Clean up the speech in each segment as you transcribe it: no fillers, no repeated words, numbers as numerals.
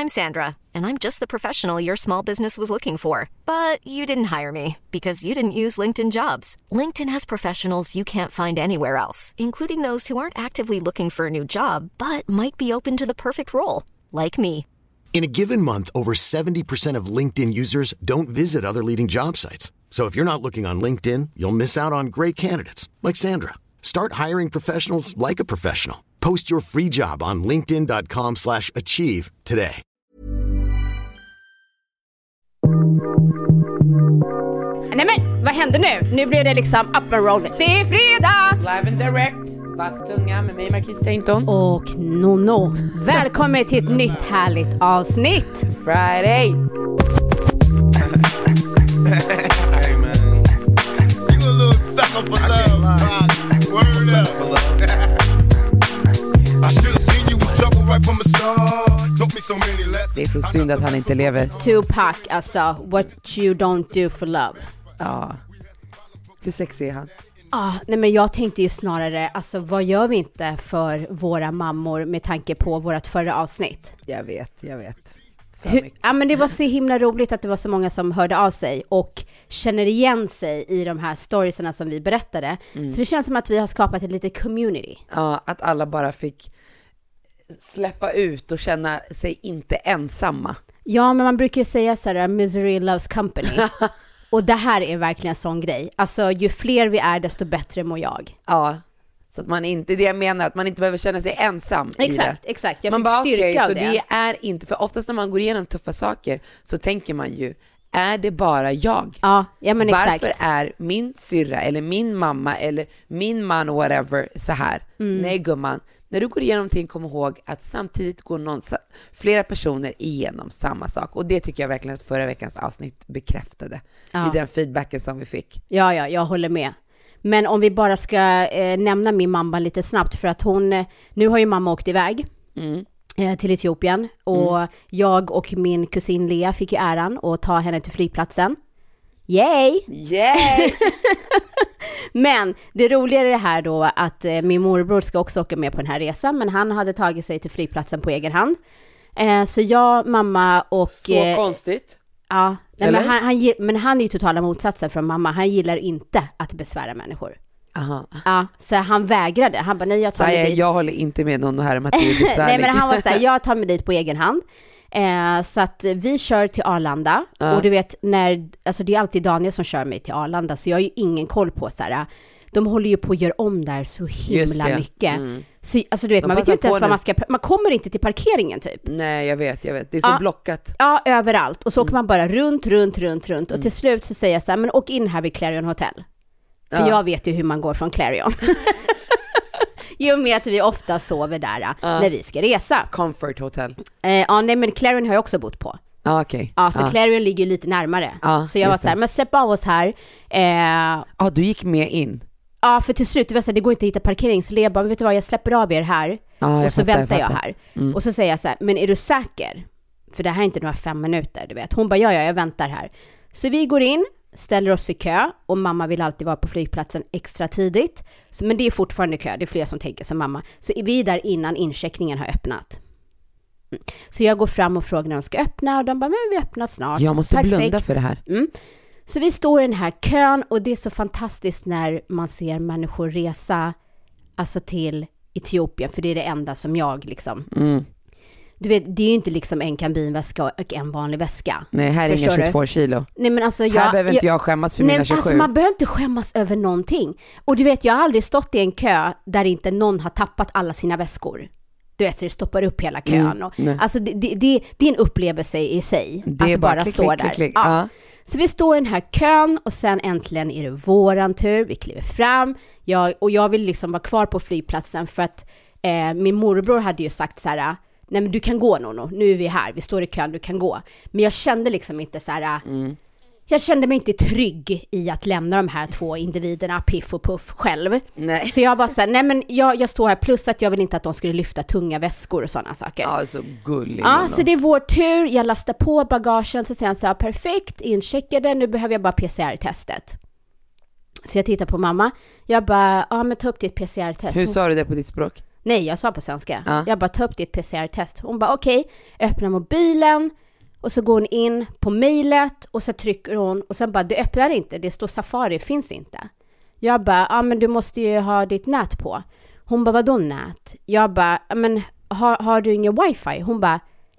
I'm Sandra, and I'm just the professional your small business was looking for. But you didn't hire me because you didn't use LinkedIn Jobs. LinkedIn has professionals you can't find anywhere else, including those who aren't actively looking for a new job, but might be open to the perfect role, like me. In a given month, over 70% of LinkedIn users don't visit other leading job sites. So if you're not looking on LinkedIn, you'll miss out on great candidates like Sandra. Start hiring professionals like a professional. Post your free job on linkedin.com/achieve today. Nej men, vad händer nu? Nu blir det liksom up and rolling. Det är fredag! Live and direct, vass tunga med mig Marquis Tainton. Och Nono. Välkommen till ett nytt härligt avsnitt. Friday. Hey man, you a little sucker for love. Word up. I should have seen you was trouble right from the start. Taught me so many lessons. Det är så synd att han inte lever. Tupac, alltså, what you don't do for love. Ja. Hur sexig är han? Nej men jag tänkte ju snarare, alltså vad gör vi inte för våra mammor med tanke på vårt förra avsnitt? Jag vet. Ja men det var så himla roligt att det var så många som hörde av sig och känner igen sig i de här storiesarna som vi berättade. Så det känns som att vi har skapat ett litet community. Ja, att alla bara fick släppa ut och känna sig inte ensamma. Ja, men man brukar ju säga så här, misery loves company. Och det här är verkligen en sån grej. Alltså ju fler vi är desto bättre mår jag. Ja, så att man inte, det jag menar, att man inte behöver känna sig ensam i det. Exakt, jag man fick bara, styrka av så det. det är inte, för oftast när man går igenom tuffa saker så tänker man ju, är det bara jag? Ja men exakt. Varför är min syrra eller min mamma eller min man whatever så här? Nej gumman, när du går igenom någonting, kom ihåg att samtidigt går flera personer igenom samma sak. Och det tycker jag verkligen att förra veckans avsnitt bekräftade i den feedbacken som vi fick. Ja, jag håller med. Men om vi bara ska nämna min mamma lite snabbt, för att nu har ju mamma åkt iväg till Etiopien och jag och min kusin Lea fick ju äran att ta henne till flygplatsen. Yay! Men det roliga är det här då att min morbror ska också åka med på den här resan, men han hade tagit sig till flygplatsen på egen hand. Så jag, mamma och... Så konstigt. Ja, men han är ju totala motsatsen från mamma. Han gillar inte att besvära människor. Aha. Ja, så han vägrade. Han bara, nej jag tar mig dit. Jag håller inte med någon här om att det är besvärligt. Nej, men han var så här, jag tar mig dit på egen hand. Så att vi kör till Arlanda. Och du vet, alltså det är alltid Daniel som kör mig till Arlanda. Så jag har ju ingen koll på så här. De håller ju på att göra om där så himla mycket. Så, alltså du vet, man vet ju inte ens vad man kommer inte till parkeringen typ. Nej, jag vet. Det är så blockat. Ja, överallt. Och så åker man bara runt. Och till slut så säger jag så här, men åk in här vid Clarion Hotel. För jag vet ju hur man går från Clarion. I och med att vi ofta sover där när vi ska resa. Comfort Hotel. Nej, men Clarion har jag också bott på. Okej. Ja, så Clarion ligger ju lite närmare. Så jag var så här, men släpp av oss här. Du gick med in. Ja, för till slut, det går inte att hitta parkering. Så jag bara, vet du vad, jag släpper av er här. Och så väntar jag här. Och så säger jag så här, men är du säker? För det här är inte några 5 minuter, du vet. Hon bara, ja, jag väntar här. Så vi går in, ställer oss i kö. Och mamma vill alltid vara på flygplatsen extra tidigt. Men det är fortfarande kö, det är fler som tänker som mamma. Så är vi där innan incheckningen har öppnat. Så jag går fram och frågar när de ska öppna. Och de bara, men vi öppnar snart. Jag måste blunda för det här. Så vi står i den här kön och det är så fantastiskt när man ser människor resa alltså till Etiopien, för det är det enda som jag liksom... Du vet, det är ju inte liksom en kabinväska och en vanlig väska. Nej, här är inga 22 kilo. Nej, men alltså här behöver inte jag skämmas för mina 27. Alltså man behöver inte skämmas över någonting. Och du vet, jag har aldrig stått i en kö där inte någon har tappat alla sina väskor. Du vet, så det stoppar upp hela kön. Alltså det är en upplevelse i sig. Det att bara stå där. Klick. Ja. Så vi står i den här kön och sen äntligen är det våran tur. Vi kliver fram. Jag vill liksom vara kvar på flygplatsen för att min morbror hade ju sagt så här: nej men du kan gå Nono, nu är vi här, vi står i kön, du kan gå. Men jag kände liksom inte så här, jag kände mig inte trygg i att lämna de här 2 individerna, Piff och Puff, själv. Nej. Så jag var så här, nej men jag står här, plus att jag vill inte att de skulle lyfta tunga väskor och sådana saker. Ja, så gullig. Ja, så det är vår tur, jag lastar på bagagen, så säger han så här, perfekt, incheckade, nu behöver jag bara PCR-testet. Så jag tittar på mamma, jag bara, ja men ta upp ditt PCR-test. Hur sa du det på ditt språk? Nej, jag sa på svenska. Jag bara, ta upp ditt PCR-test. Hon bara, okej. Öppnar mobilen. Och så går hon in på mejlet. Och så trycker hon. Och sen bara, du öppnar inte. Det står Safari, finns inte. Jag bara, men du måste ju ha ditt nät på. Hon bara, vadå nät? Jag bara, men har du ingen wifi? Hon bara,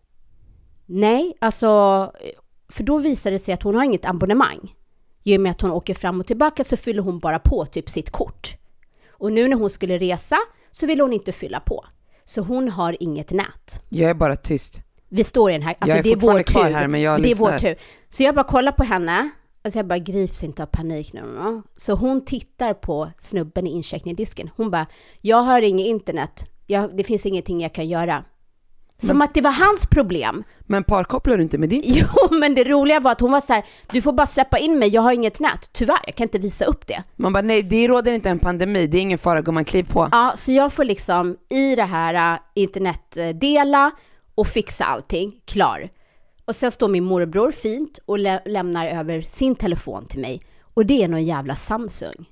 nej, alltså, för då visar det sig att hon har inget abonnemang. I och med att hon åker fram och tillbaka så fyller hon bara på typ sitt kort. Och nu när hon skulle resa så vill hon inte fylla på. Så hon har inget nät. Jag är bara tyst. Vi står i den här, alltså jag är det är vår tur. Här, men jag det lyssnar. är vår tur. Så jag bara kollar på henne. Och så jag bara, grips inte av panik nu. Så hon tittar på snubben i incheckningsdisken. Hon bara, jag har inget internet. Det finns ingenting jag kan göra. Som att det var hans problem. Men parkopplar du inte med din? Jo, men det roliga var att hon var så här, du får bara släppa in mig, jag har inget nät. Tyvärr, jag kan inte visa upp det. Man bara, nej, det råder inte en pandemi, det är ingen fara, går man kliv på. Ja, så jag får liksom i det här internet dela och fixa allting, klar. Och sen står min morbror fint och lämnar över sin telefon till mig. Och det är någon jävla Samsung.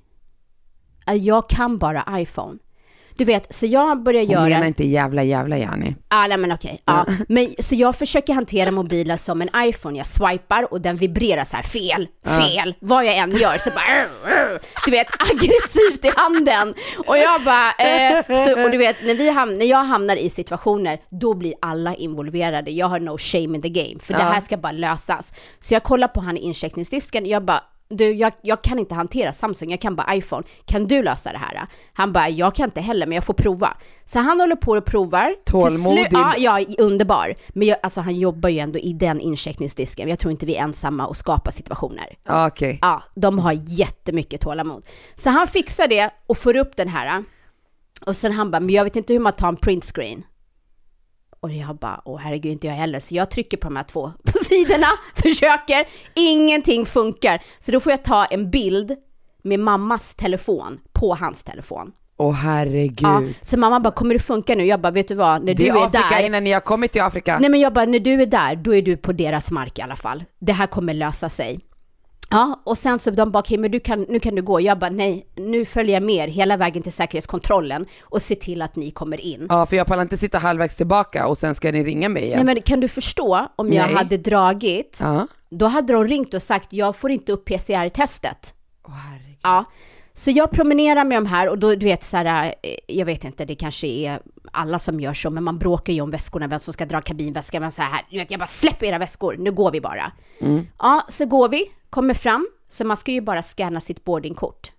Jag kan bara iPhone. Du vet, så jag börjar göra... Hon menar inte jävla Janni. Nej, men okej. Ja. Men, så jag försöker hantera mobilen som en iPhone. Jag swipar och den vibrerar så här, fel. Vad jag än gör så bara... Du vet, aggressivt i handen. Och jag bara... och du vet, när jag hamnar i situationer, då blir alla involverade. Jag har no shame in the game. För det här ska bara lösas. Så jag kollar på han i incheckningsdisken. Jag bara... Du, jag kan inte hantera Samsung, jag kan bara iPhone. Kan du lösa det här? Han bara, jag kan inte heller, men jag får prova. Så han håller på och provar. Tålmodig. Ja, underbar. Men han jobbar ju ändå i den incheckningsdisken. Jag tror inte vi är ensamma och skapar situationer. Okej. Ja, de har jättemycket tålamod. Så han fixar det och får upp den här. Och sen han bara, men jag vet inte hur man tar en printscreen. Och jag bara, herregud, inte jag heller. Så jag trycker på de här 2 på sidorna, försöker, ingenting funkar. Så då får jag ta en bild med mammas telefon på hans telefon. Herregud. Ja, så mamma bara, kommer det funka nu? Jag bara, vet du vad, när du är Afrika där... innan ni har kommit till Afrika. Nej, men jag bara, när du är där, då är du på deras mark i alla fall. Det här kommer lösa sig. Ja, och sen så de bara, okej, men nu kan du gå. Jag bara, nej, nu följer jag med hela vägen till säkerhetskontrollen och se till att ni kommer in. Ja, för jag pallar inte sitta halvvägs tillbaka och sen ska ni ringa mig igen. Nej, men kan du förstå om jag hade dragit, då hade de ringt och sagt, jag får inte upp PCR-testet. Herregud. Ja, så jag promenerar med de här och då, du vet så här, jag vet inte, det kanske är alla som gör så, men man bråkar ju om väskorna, vem som ska dra kabinväskan, men så här, du vet, jag bara släpper era väskor, nu går vi bara. Ja, så går vi, kommer fram, så man ska ju bara scanna sitt boardingkort.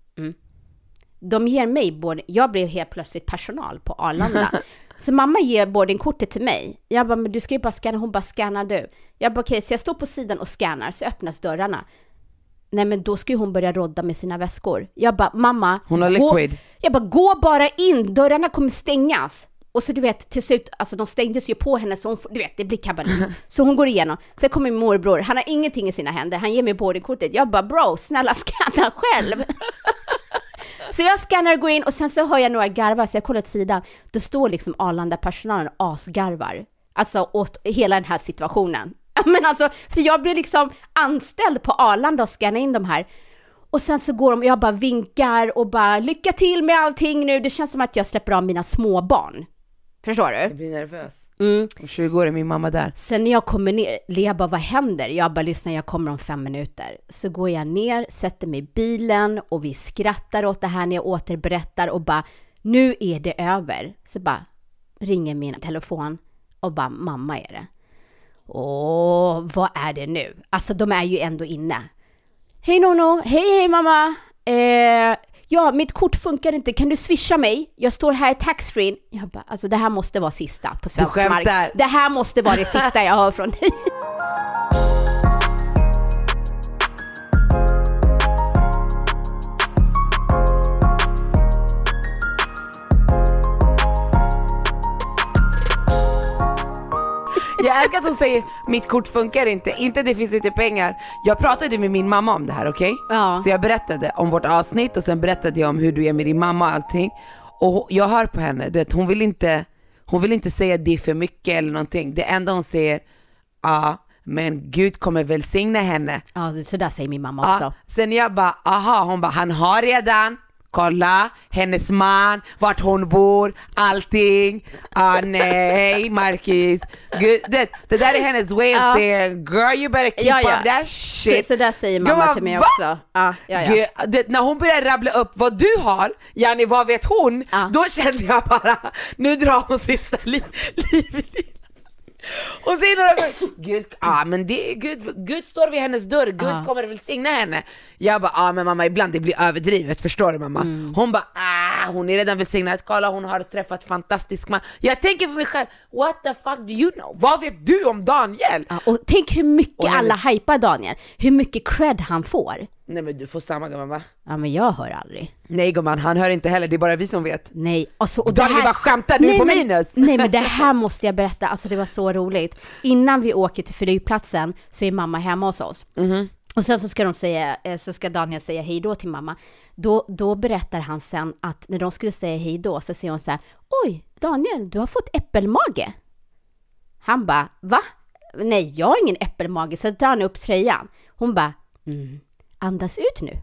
De ger mig jag blev helt plötsligt personal på Arlanda. Så mamma ger boardingkortet till mig. Jag bara, men du ska ju bara scanna, hon bara, scannar du? Jag bara, okej, så jag står på sidan och scannar, så öppnas dörrarna. Nej, men då ska ju hon börja rodda med sina väskor. Jag bara, mamma, hon har liquid. Jag bara, gå bara in, dörrarna kommer stängas. Och så du vet, till slut, alltså de stängdes ju på henne, så hon, du vet, det blir kabalik. Så hon går igenom. Sen kommer min morbror, han har ingenting i sina händer, han ger mig boardingkortet. Jag bara, bro, snälla scanna själv. Så jag scannar och går in, och sen så hör jag några garvar, så jag kollar till sidan. Då står liksom Arlanda-personalen asgarvar. Alltså åt hela den här situationen. Men alltså, för jag blir liksom anställd på Arlanda och scannar in de här. Och sen så går de, jag bara vinkar och bara, lycka till med allting nu. Det känns som att jag släpper av mina små barn. Förstår du? Jag blir nervös. 20 år är min mamma där. Sen när jag kommer ner, Lea bara, vad händer? Jag bara, lyssna, jag kommer om 5 minuter. Så går jag ner, sätter mig i bilen och vi skrattar åt det här när jag återberättar och bara, nu är det över. Så bara ringer min telefon och bara, mamma är det. Vad är det nu? Alltså de är ju ändå inne. Hej Nono, hej mamma. Ja, mitt kort funkar inte. Kan du swisha mig? Jag står här i taxfree. Jag bara, alltså det här måste vara sista på svensk mark. Det här måste vara det sista jag hör från dig. Jag älskar att hon säger, mitt kort funkar inte det finns inte pengar. Jag pratade med min mamma om det här, okej? Ja. Så jag berättade om vårt avsnitt och sen berättade jag om hur du är med din mamma och allting. Och jag hör på henne, det, hon vill inte säga det för mycket eller någonting. Det enda hon säger, men Gud kommer välsigna henne. Ja, så där säger min mamma också. Sen jag bara, hon bara, han har redan. kolla, hennes man, vart hon bor, allting. Nej, Marquis. Det där är hennes way of saying, girl, you better keep up that shit. Så där säger mamma till mig också. När hon börjar rabbla upp vad du har, Janni, vad vet hon? Då kände jag bara, nu drar hon sista livet. Och sen men Gud står vid hennes dörr. Gud kommer välsigna henne. Jag bara, men mamma, ibland det blir överdrivet, förstår du mamma? Hon bara, hon är redan välsignad. Kolla, hon har träffat fantastisk man. Jag tänker för mig själv, what the fuck do you know? Vad vet du om Daniel? Och tänk hur mycket alla hypar Daniel. Hur mycket cred han får. Nej, men du får samma, mamma. Ja, men jag hör aldrig. Nej, gumman, han hör inte heller. Det är bara vi som vet. Nej, alltså, och Daniel bara skämtar nu på minus. Nej, men det här måste jag berätta. Alltså, det var så roligt. Innan vi åker till flygplatsen så är mamma hemma hos oss. Och sen så ska Daniel säga hej då till mamma. Då berättar han sen att när de skulle säga hej då så säger hon så här: oj, Daniel, du har fått äppelmage. Han bara, va? Nej, jag har ingen äppelmage. Så drar han upp tröjan. Hon bara, andas ut nu.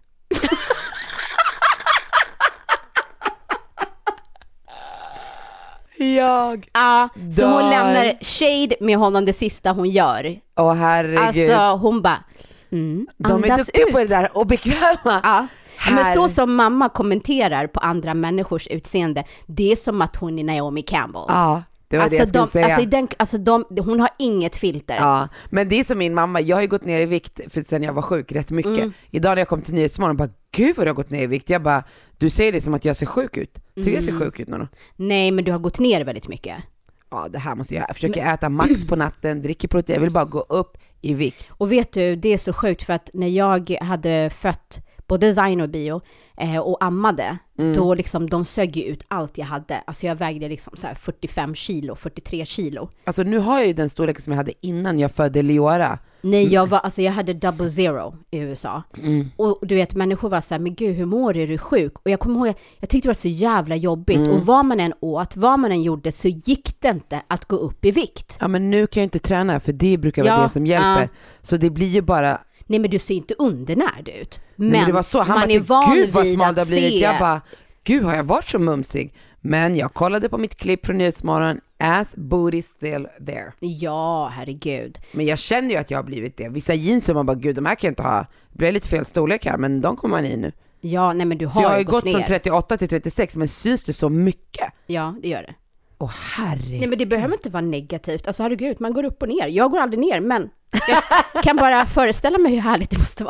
Så hon lämnar shade med honom det sista hon gör. Åh, herregud. Alltså hon bara, de är duktiga på det där och bekväma. Men så som mamma kommenterar på andra människors utseende, det är som att hon är Naomi Campbell. Ja, det var det jag skulle säga. Hon har inget filter. Ja, men det är som min mamma. Jag har ju gått ner i vikt för sen jag var sjuk rätt mycket. Idag när jag kom till Nyhetsmorgon bara, gud vad jag har gått ner i vikt. Jag bara, du säger det som att jag ser sjuk ut. Tycker jag ser sjuk ut nu? Nej, men du har gått ner väldigt mycket. Ja, det här måste jag försöka äta max på natten, dricker protein. Jag vill bara gå upp i vikt. Och vet du, det är så sjukt för att när jag hade fött både Zain och Bio och ammade, då liksom de sög ju ut allt jag hade. Alltså jag vägde liksom så här 45 kilo, 43 kilo. Alltså nu har jag ju den storleken som jag hade innan jag födde Leora. Nej, jag hade double zero i USA. Och du vet, människor var så här, men gud, hur mår du? Är du sjuk? Och jag kommer ihåg, jag tyckte det var så jävla jobbigt. Och vad man än åt, vad man än gjorde, så gick det inte att gå upp i vikt. Ja, men nu kan jag inte träna, för det brukar vara det som hjälper. Så det blir ju bara... Nej, men du ser inte undernärd ut. Men det var så, han man är bara, gud vad smal det har blivit. Se... Jag bara, gud har jag varit så mumsig? Men jag kollade på mitt klipp från Nyhetsmorgon, ass booty still there. Ja, herregud. Men jag känner ju att jag har blivit det. Vissa jeans som man bara, gud de här kan jag inte ha. Det blir lite fel storlek här, men de kommer man i nu. Ja, nej men du har så jag har ju gått ner från 38 till 36, men syns det så mycket? Ja, det gör det. Åh herregud. Nej, men det behöver inte vara negativt. Alltså herregud, man går upp och ner. Jag går aldrig ner, men jag kan bara föreställa mig hur härligt det måste vara.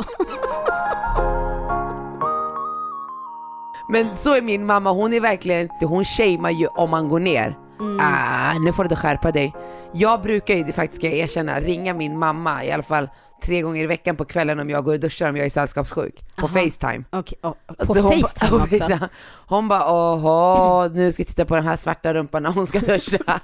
Men så är min mamma, hon är verkligen, hon shamear ju om man går ner. Nu får du skärpa dig. Jag brukar ju, det faktiskt ska jag erkänna, ringa min mamma i alla fall 3 gånger i veckan på kvällen om jag går och duschar, om jag är sällskapssjuk. På FaceTime. Okay. På FaceTime också? Hon bara, nu ska jag titta på den här svarta rumpan när hon ska duscha.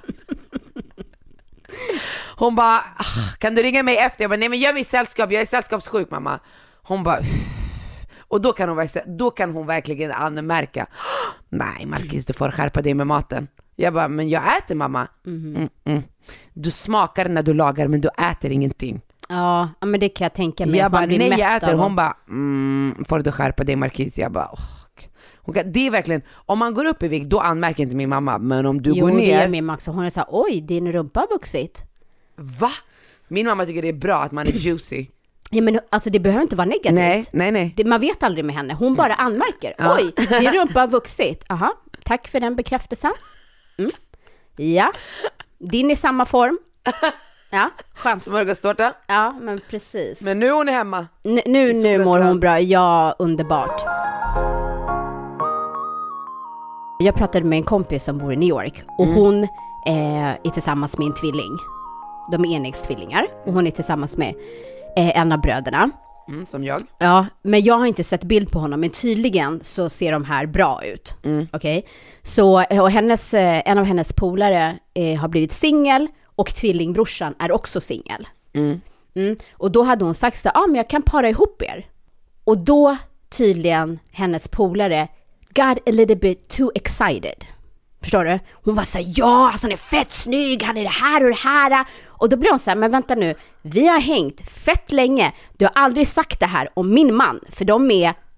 Hon bara, kan du ringa mig efter? Jag bara, nej men gör mig sällskap, jag är sällskapssjuk mamma. Hon bara, och då kan hon verkligen anmärka, nej Marquis, du får skärpa dig med maten. Jag bara, men jag äter mamma. Du smakar när du lagar, men du äter ingenting. Ja, men det kan jag tänka mig. Jag bara, nej jag äter. Hon bara, får du skärpa dig Marquis? Jag bara, det är verkligen, om man går upp i vikt, då anmärker inte min mamma. Men om du går ner... Jo, det är min mamma. Hon är så här, oj, din rumpa har vuxit. Va? Min mamma tycker det är bra att man är juicy. Ja, men alltså det behöver inte vara negativt. Nej. Man vet aldrig med henne. Hon bara anmärker. Ja. Oj, din rumpa har vuxit. Aha, tack för den bekräftelsen. Ja, din är samma form. Ja, skönt. Smörgåstårta. Ja, men precis. Men nu är hon hemma. Nu mår hon bra. Ja, underbart. Jag pratade med en kompis som bor i New York. Och hon är tillsammans med en tvilling. De är enäggstvillingar. Och hon är tillsammans med en av bröderna. Som jag. Ja, men jag har inte sett bild på honom. Men tydligen så ser de här bra ut. Okej. Så och en av hennes polare har blivit singel. Och tvillingbrorsan är också singel. Och då hade hon sagt så men jag kan para ihop er. Och då tydligen hennes polare got a little bit too excited. Förstår du? Hon var så här, ja, alltså han är fett snygg, han är det här och det här. Och då blev hon så här, men vänta nu, vi har hängt fett länge. Du har aldrig sagt det här om min man, för de är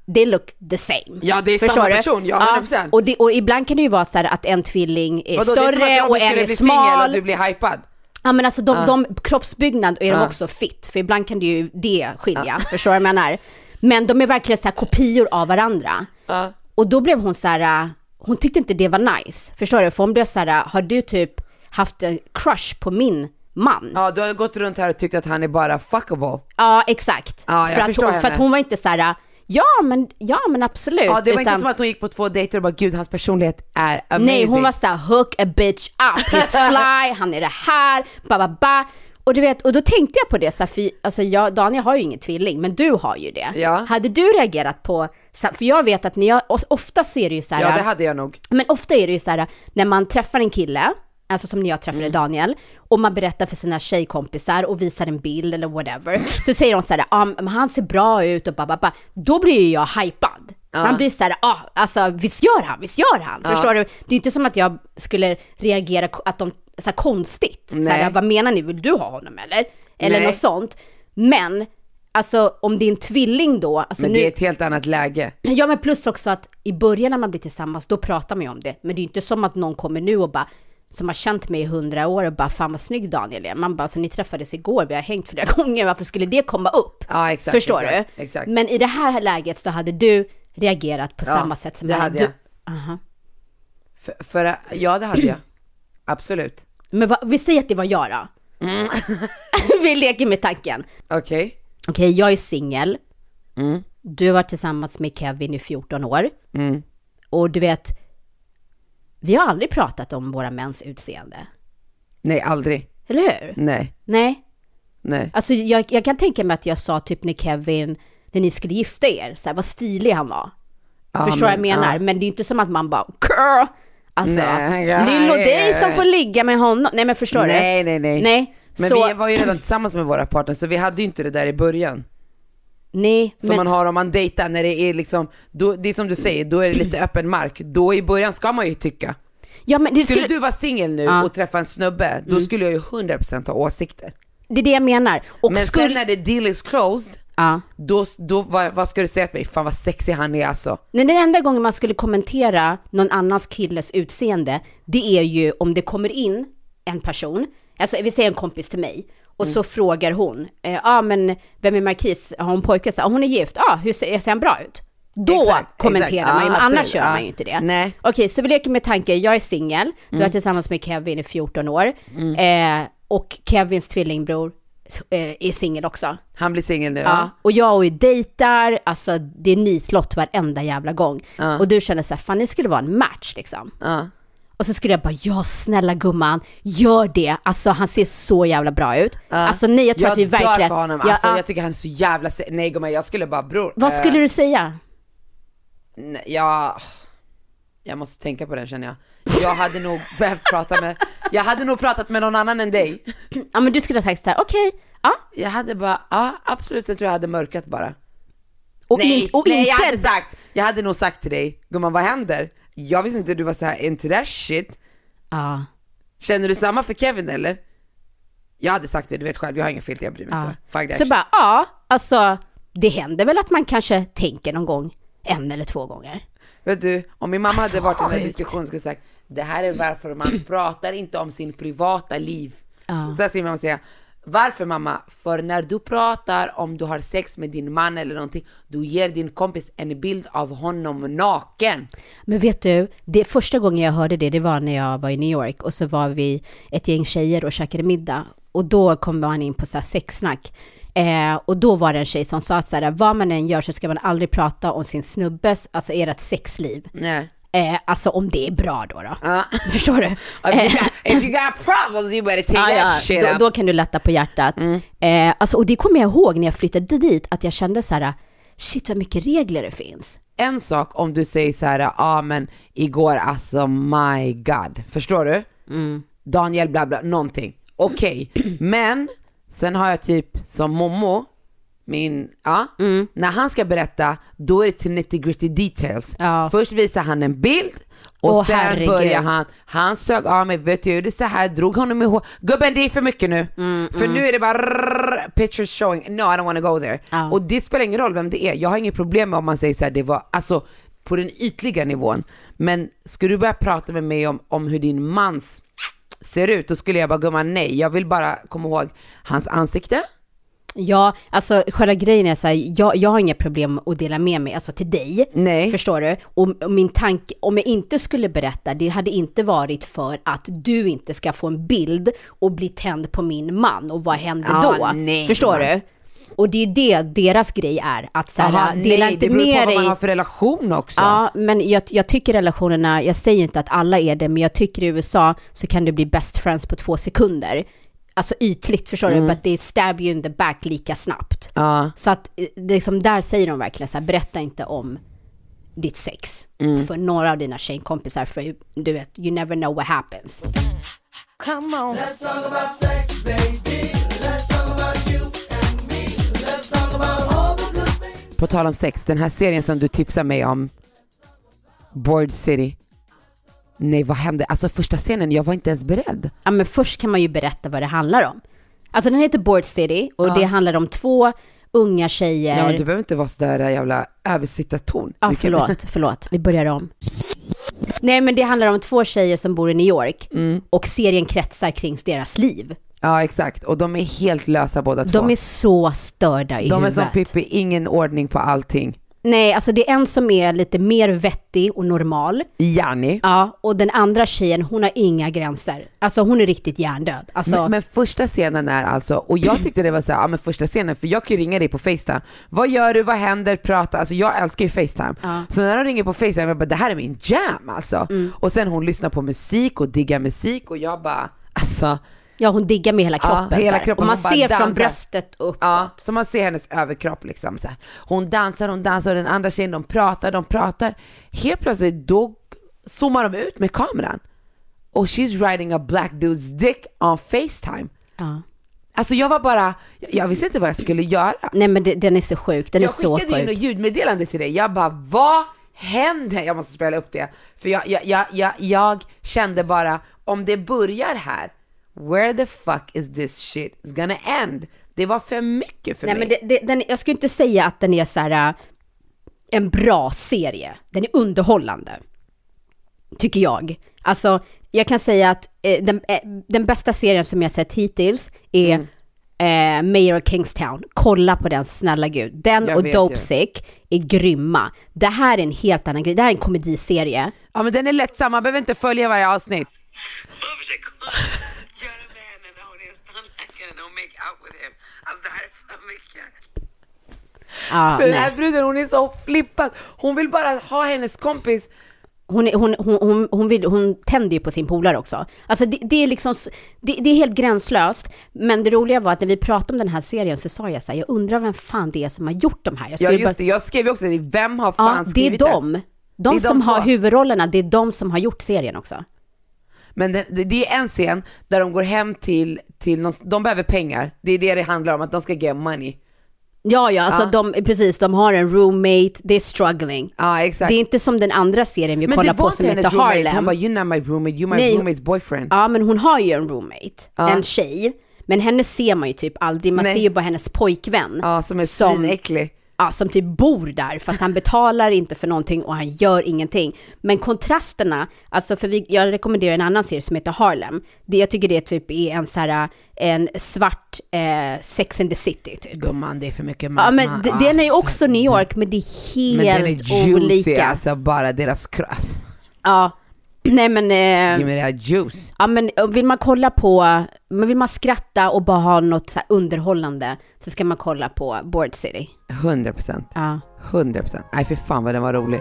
they look the same. Ja, det är samma person, ja, 100%. Och ibland kan det ju vara så här att en tvilling är större och en är smal. Och du blir hypad. Ja, men alltså de kroppsbyggnad är de också fit. För ibland kan det ju det skilja, förstår du vad jag menar? Men de är verkligen så här kopior av varandra. Och då blev hon så här, hon tyckte inte det var nice. Förstår du? För hon blev så här, har du typ haft en crush på min man? Ja, du har gått runt här och tyckt att han är bara fuckable. Ja, exakt. Ja, för att hon var inte så här, ja men absolut. Ja, det var inte som att hon gick på 2 dejter och bara, gud, hans personlighet är amazing. Nej, hon var så här, hook a bitch up, he's fly, han är det här, ba. Och du vet, och då tänkte jag på det, Safi, alltså Daniel har ju ingen tvilling, men du har ju det. Ja. Hade du reagerat på, för jag vet att ofta så är det ju så här. Ja, det hade jag nog. Men ofta är det ju så här, när man träffar en kille, alltså som när jag träffade Daniel, och man berättar för sina tjejkompisar och visar en bild eller whatever, så säger de så här, men han ser bra ut och ba. Då blir ju jag hypad. Man blir så här, alltså visst gör han. Förstår du? Det är inte som att jag skulle reagera att de så här konstigt. Så här, vad menar ni? Vill du ha honom eller något sånt? Men alltså om det är en tvilling då, alltså men det är ett helt annat läge. Ja, men plus också att i början när man blir tillsammans, då pratar man ju om det. Men det är inte som att någon kommer nu och bara, som har känt mig i 100 år och bara, fan vad snygg Daniel är. Man bara, så ni träffades igår, vi har hängt flera gånger, varför skulle det komma upp? Ja, exakt. Förstår du? Exakt. Men i det här läget så hade du reagerat på samma sätt som det hade jag. För ja, det hade jag. Absolut. Men vi säger att det var jag då. Vi leker med tanken. Okej, jag är singel. Du har varit tillsammans med Kevin i 14 år. Och du vet, vi har aldrig pratat om våra mäns utseende. Nej, aldrig. Eller hur? Nej. Alltså jag kan tänka mig att jag sa typ när ni skulle gifta er, så här, vad stilig han var. Förstår vad jag menar? Men det är inte som att man bara alltså, Lill och dig som får ligga med honom. Nej, men förstår du? Nej. Men vi var ju redan tillsammans med våra partners, så vi hade ju inte det där i början. Nej. Som man har om man dejtar, när det är liksom, då, det är som du säger, då är det lite öppen mark. Då i början ska man ju tycka. Ja, men skulle du vara singel nu och träffa en snubbe, då skulle jag ju 100% ha åsikter. Det är det jag menar. Och men sen när det deal is closed, då vad ska du säga till mig? Fan vad sexig han är alltså. Nej, den enda gången man skulle kommentera någon annans killes utseende, det är ju om det kommer in en person, alltså vi säger en kompis till mig, och så frågar hon, men vem är Marquis? Har hon pojke? Hon är gift. Hur ser han bra ut? Då kommenterar man ju, men annars gör man ju inte det. Nej. Okej, så vi leker med tanken, jag är singel, du är tillsammans med Kevin i 14 år, och Kevins tvillingbror är singel också. Han blir singel nu, och jag och dejtar, alltså det är nitlott varenda jävla gång. Och du känner så här, fan, det skulle vara en match liksom. Och så skulle jag bara, ja snälla gumman, gör det. Alltså han ser så jävla bra ut. Alltså nej, jag tror att vi verkligen... Jag dör för honom, alltså jag tycker han är så jävla... Nej gumman, jag skulle bara, bror... Vad skulle du säga? Jag måste tänka på den, känner jag. Jag hade nog behövt jag hade nog pratat med någon annan än dig. Ja, men du skulle ha sagt så här, okej. Jag hade bara, absolut, så tror jag hade mörkat bara. Nej, jag hade nog sagt till dig, gumman, vad händer? Jag visste inte att du var så här into that shit. Känner du samma för Kevin eller? Jag hade sagt det, du vet själv, jag har ingen filter, jag bryr mig inte. Så bara, alltså det händer väl att man kanske tänker någon gång 1 eller 2 gånger. Vet du, om min mamma hade varit i den här diskussionen skulle sagt, det här är varför man pratar inte om sin privata liv. Så här ska mamma säga, varför mamma? För när du pratar om du har sex med din man eller någonting, du ger din kompis en bild av honom naken. Men vet du, det första gången jag hörde det var när jag var i New York, och så var vi ett gäng tjejer och käkade middag, och då kom man in på så här sexsnack. Och då var det en tjej som sa så här, vad man än gör så ska man aldrig prata om sin snubbes, alltså ert sexliv. Nej. Alltså om det är bra då. Förstår du? If you got problems you better take that shit up. Då kan du lätta på hjärtat. Alltså, och det kommer jag ihåg när jag flyttade dit, att jag kände så här, shit vad mycket regler det finns. En sak om du säger så här, men igår, alltså my god. Förstår du? Daniel bla bla, någonting. Okej. Men sen har jag typ som Momo, när han ska berätta, då är det till nitty-gritty details. Först visar han en bild, Och sen började han sög av mig, vet du, det så här, drog honom ihåg. Gubben, det är för mycket nu. För nu är det bara pictures showing. No, I don't want to go there. Och det spelar ingen roll vem det är. Jag har inget problem med om man säger så här, det var alltså på den ytliga nivån. Men ska du börja prata med mig om hur din mans ser ut, då skulle jag bara gumman, nej. Jag vill bara komma ihåg hans ansikte. Ja, alltså själva grejen är så här, jag har inga problem att dela med mig alltså till dig. Nej. Förstår du? Och min tanke, om jag inte skulle berätta, det hade inte varit för att du inte ska få en bild och bli tänd på min man. Och vad händer då? Nej, förstår du? Och det är det deras grej är. Att så här, dela inte det beror med på vad man dig. har för relation också. Ja, men jag tycker relationerna, jag säger inte att alla är det, men jag tycker i USA så kan du bli best friends på 2 sekunder. Alltså ytligt, förstår du? But they stab you in the back lika snabbt. Så att liksom, där säger de verkligen så här, berätta inte om ditt sex för några av dina tjejkompisar, för du vet, you never know what happens. Come on. Let's talk about sex, baby. Let's talk about you and me. Let's talk about all the good things. På tal om sex, den här serien som du tipsar mig om, Board City. Nej, vad hände? Alltså första scenen, jag var inte ens beredd. Ja, men först kan man ju berätta vad det handlar om. Alltså den heter Board City och det handlar om 2 unga tjejer. Ja, men du behöver inte vara så där jävla översittarton. Ja, förlåt. Vi börjar om. Nej, men det handlar om 2 tjejer som bor i New York och serien kretsar kring deras liv. Ja, exakt. Och de är helt lösa båda 2. De är så störda i huvudet. De är som Pippi, ingen ordning på allting. Nej, alltså det är en som är lite mer vettig och normal. Janni. Ja, och den andra tjejen, hon har inga gränser. Alltså hon är riktigt hjärndöd. Alltså... Men första scenen är alltså, och jag tyckte det var så här, ja men första scenen, för jag kan ju ringa dig på FaceTime. Vad gör du, vad händer, prata, alltså jag älskar ju FaceTime. Så när de ringer på FaceTime, jag bara, det här är min jam alltså. Och sen hon lyssnar på musik och diggar musik och jag bara, alltså... Ja, hon diggar med hela kroppen. Ja, hela kroppen. Och man ser från bröstet uppåt. Ja, så man ser hennes överkropp liksom så här. Hon dansar och den andra tjejen, de pratar. Helt plötsligt då zoomar de ut med kameran. Och she's riding a black dude's dick on FaceTime. Ja. Alltså jag var bara, jag visste inte vad jag skulle göra. Nej, men den är så sjuk, den är så sjuk. Jag skickade in ett ljudmeddelande till dig. Jag bara, vad händer? Jag måste spela upp det. För jag kände bara, om det börjar här, where the fuck is this shit is gonna end? Det var för mycket för mig. Men jag skulle inte säga att den är så här en bra serie. Den är underhållande, tycker jag. Alltså, jag kan säga att den bästa serien som jag sett hittills är Mayor of Kingstown. Kolla på den, snälla gud. Den och Dopesick är grymma. Det här är en helt annan grej. Det här är en komediserie. Ja, men den är lättsam. Man behöver inte följa varje avsnitt. Alltså det här är för mycket. För den här bruden, hon är så flippad. Hon vill bara ha hennes kompis. Hon tänder ju på sin polare också. Alltså det är liksom det är helt gränslöst. Men det roliga var att när vi pratade om den här serien så sa jag så här, jag undrar vem fan det är som har gjort de här. Jag skrev ju också det. Vem har fan skrivit det? Det är de som har huvudrollerna. Det är de som har gjort serien också. Men det är en scen där de går hem till någon, de behöver pengar. Det är det handlar om, att de ska get money. Ja, alltså de har en roommate, they're struggling. Ja, exakt. Det är inte som den andra serien vi kollar på som heter Harlem. Hon bara, you're not my roommate, you're my roommate's boyfriend. Ja, men hon har ju en roommate, en tjej. Men henne ser man ju typ aldrig, man ser ju bara hennes pojkvän. Ja, som är svinäcklig. Ja, som typ bor där, fast han betalar inte för någonting och han gör ingenting. Men kontrasterna, alltså jag rekommenderar en annan serie som heter Harlem. Jag tycker det typ är en så här, en svart Sex and the City typ. Gumman, det är för mycket ja, men den är ju också New York, men det är helt olika. Men den är juicy, alltså bara deras krass. Ja. Nej, men give me that juice. Ja, men vill man skratta och bara ha något så här underhållande, så ska man kolla på Board City. 100%. Ja. 100%. Nej, för fan vad den var rolig.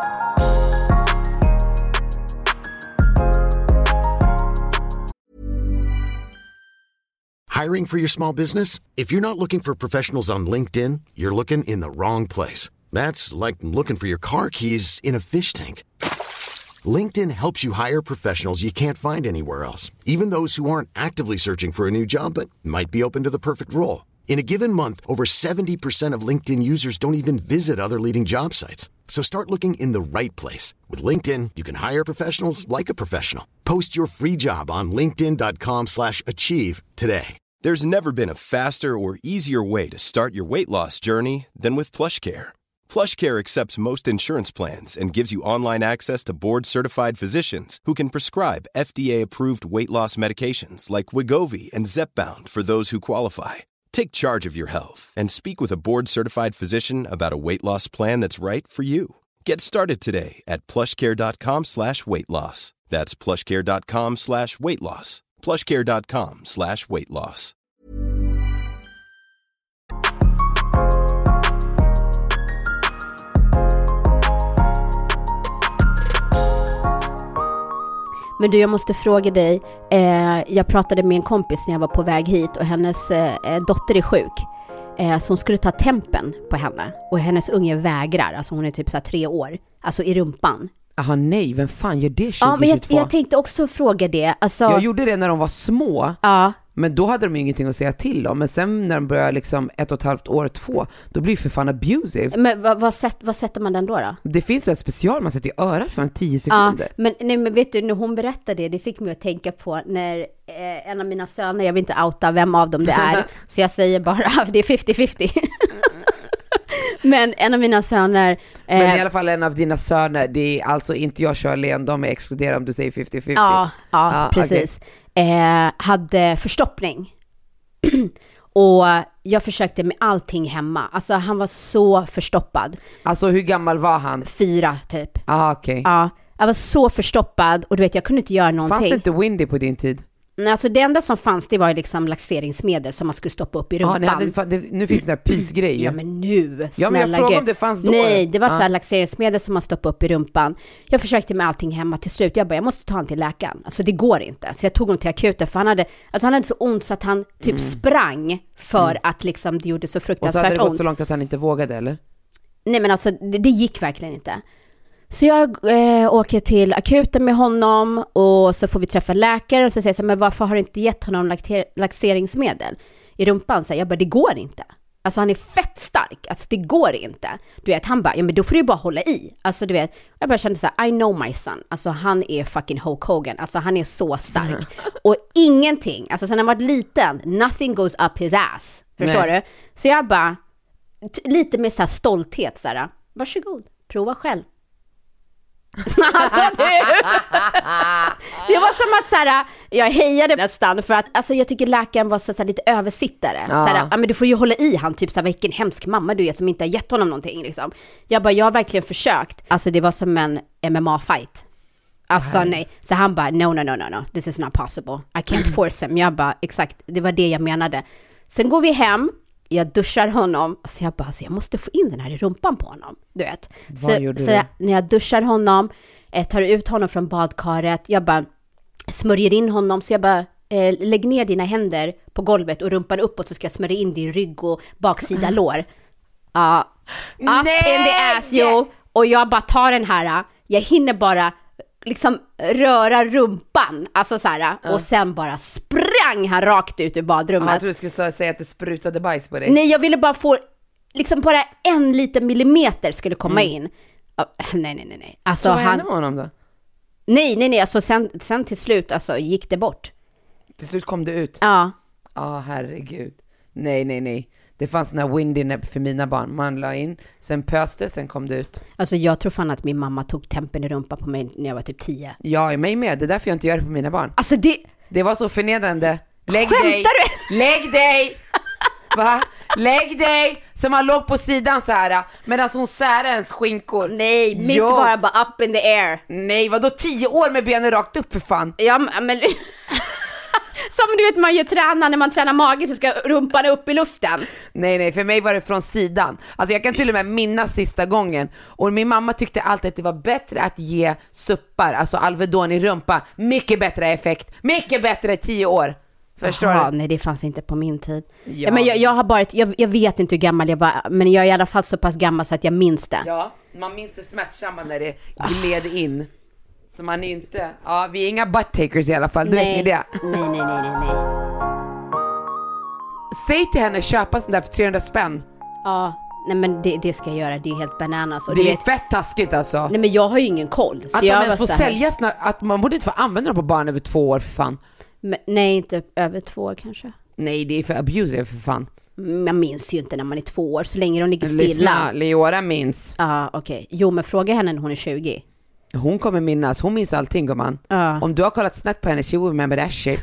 Hiring for your small business? If you're not looking for professionals on LinkedIn, you're looking in the wrong place. That's like looking for your car keys in a fish tank. LinkedIn helps you hire professionals you can't find anywhere else, even those who aren't actively searching for a new job but might be open to the perfect role. In a given month, over 70% of LinkedIn users don't even visit other leading job sites. So start looking in the right place. With LinkedIn, you can hire professionals like a professional. Post your free job on linkedin.com/achieve today. There's never been a faster or easier way to start your weight loss journey than with PlushCare. PlushCare accepts most insurance plans and gives you online access to board-certified physicians who can prescribe FDA-approved weight loss medications like Wegovy and Zepbound for those who qualify. Take charge of your health and speak with a board-certified physician about a weight loss plan that's right for you. Get started today at plushcare.com/weightloss. That's plushcare.com/weightloss. plushcare.com/weightloss. Men du, jag måste fråga dig. Jag pratade med en kompis när jag var på väg hit och hennes dotter är sjuk. Så hon skulle ta tempen på henne. Och hennes unge vägrar. Alltså hon är typ så här 3 år. Alltså i rumpan. Aha, nej, vem fan gör det 2022? Ja, men jag tänkte också fråga det. Alltså, jag gjorde det när de var små. Ja. Men då hade de ingenting att säga till om. Men sen när de börjar liksom 1,5 år, 2, då blir det för fan abusive. Men vad sätter man den då? Det finns en special man sätter i örat för 10 sekunder. Ja, men vet du, när hon berättade det fick mig att tänka på när en av mina söner, jag vill inte outa vem av dem det är, så jag säger bara det är 50-50. Men en av mina söner... Men i alla fall en av dina söner, det är alltså inte jag, Charlene, de är exkluderade om du säger 50-50. Ja, precis. Okay. Hade förstoppning. Och jag försökte med allting hemma. Alltså han var så förstoppad. Alltså hur gammal var han? 4 typ. Okej. Ja, jag var så förstoppad och du vet, jag kunde inte göra någonting. Fanns det inte Windy på din tid? Alltså det enda som fanns, det var liksom laxeringsmedel som man skulle stoppa upp i rumpan. Nu finns det där pysgrejer. Ja men nu, ja, men jag frågade om det fanns då. Nej, det var så här laxeringsmedel som man stoppade upp i rumpan. Jag försökte med allting hemma till slut. Jag måste ta honom till läkaren. Alltså det går inte. Så jag tog honom till akuten för han hade så ont så att han typ sprang för att liksom det gjorde så fruktansvärt ont. Och så hade det gått så långt att han inte vågade, eller? Nej men alltså det gick verkligen inte. Så jag åker till akuten med honom och så får vi träffa läkare och så säger jag så här, men varför har du inte gett honom laxeringsmedel i rumpan? Så jag bara, det går inte. Alltså han är fett stark, alltså det går inte. Du vet, han bara, ja men då får du bara hålla i. Alltså du vet, jag bara kände så här, I know my son. Alltså han är fucking Hulk Hogan. Alltså han är så stark. Och ingenting, alltså sen han var liten, nothing goes up his ass. Förstår du? Så jag bara, lite med så här stolthet så här, varsågod, prova själv. Alltså det var som att så här, jag hejade nästan för att alltså, jag tycker läkaren var så här, lite översittare. Så här, ja men du får ju hålla i han typ så här, vilken hemsk mamma du är som inte har gett honom någonting liksom. Jag har verkligen försökt. Alltså det var som en MMA-fight. Alltså nej. Så han bara no, this is not possible. I can't force him. Jag bara exakt, det var det jag menade. Sen går vi hem. Jag duschar honom. Så jag bara, jag måste få in den här i rumpan på honom. Du vet. Så när jag duschar honom, tar ut honom från badkaret. Jag bara smörjer in honom. Så jag bara, lägg ner dina händer på golvet och rumpan uppåt så ska jag smörja in din rygg och baksida lår. Ja. Up in the ass, jo. Och jag bara tar den här. Jag hinner bara liksom röra rumpan. Alltså så här. Och sen bara sprang han rakt ut ur badrummet. Jag tror du skulle säga att det sprutade bajs på dig. Nej, jag ville bara få liksom bara 1 liten millimeter skulle komma in. Nej. Alltså så vad hände med honom då? Nej, alltså sen till slut alltså gick det bort. Till slut kom det ut? Ja. Herregud. Nej. Det fanns den här Windy för mina barn. Man la in, sen pöste, sen kom det ut. Alltså jag tror fan att min mamma tog tempen i rumpan på mig när jag var typ 10. Ja, jag mig med. Det är därför jag inte gör det på mina barn. Alltså det var så förnedrande. Lägg dig! Va? Lägg dig! Så man låg på sidan så här medan hon särade ens skinkor. Nej, mitt var bara up in the air. Nej, vadå 10 år med benen rakt upp för fan? Ja, men som du vet man ju tränar när man tränar mage så ska rumpan upp i luften. Nej, för mig var det från sidan. Alltså jag kan till och med minnas sista gången. Och min mamma tyckte alltid att det var bättre att ge suppar, alltså Alvedon i rumpa. Mycket bättre effekt. Mycket bättre 10 år. Förstår du? Nej, det fanns inte på min tid. Ja. Men jag har bara jag vet inte hur gammal jag var, men jag är i alla fall så pass gammal så att jag minns det. Ja, man minns det smärtsamma när det gled in. Så man är inte... Ja, vi är inga butt takers i alla fall. Du vet ni det? Nej. Säg till henne köpa sån där för 300 spänn. Ja, Nej men det ska jag göra, det är helt bananas. Och det du är vet, fett taskigt alltså. nej men jag har ju ingen koll. Så att de jag ens får så här, säljas, att man borde inte få använda dem på barn över 2 år för fan. men, nej, inte över 2 år kanske. Nej, det är för abusive för fan. Man minns ju inte när man är 2 år, så länge de ligger stilla. Lyssna, Leora minns. Ja, okej. Jo, men fråga henne när hon är 20. Hon kommer minnas, hon minns allting gumman. Om du har kollat snett på henne, she will remember that shit.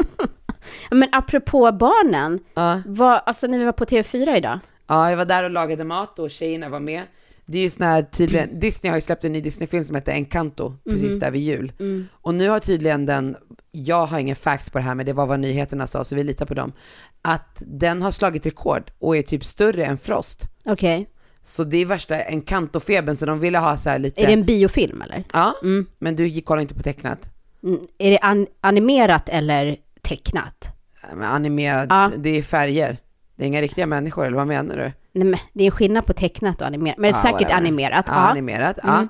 Men apropå barnen, alltså när vi var på TV4 idag. Ja, jag var där och lagade mat och tjejerna var med. Det är ju sån här tydligen, Disney har ju släppt en ny Disney-film som heter Encanto precis där vid jul. Och nu har tydligen den, jag har ingen facts på det här men det var vad nyheterna sa så vi litar på dem, att den har slagit rekord och är typ större än Frost. Okej. Så det är värsta Encanto-feben, så de ville ha så här lite... Är det en biofilm eller? Ja, men du kollar inte på tecknat. Är det animerat eller tecknat? Men animerat, det är färger. Det är inga riktiga människor, eller vad menar du? Nej, men det är skillnad på tecknat och animerat. Men det är säkert whatever. animerat. Ja, animerat, ja.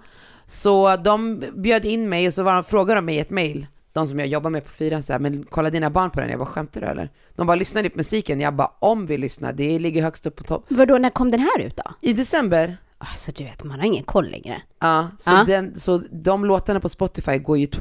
Så de bjöd in mig och så frågade de mig i ett mejl, de som jag jobbar med på 4, så här, men kolla dina barn på den. Jag bara, skämtar du eller? De bara, lyssnar ni på musiken? Jag bara, om vi lyssnar, det ligger högst upp på topp. Vadå, när kom den här ut då? I december. Alltså du vet, man har ingen koll längre. Ja, så de låtarna på Spotify går ju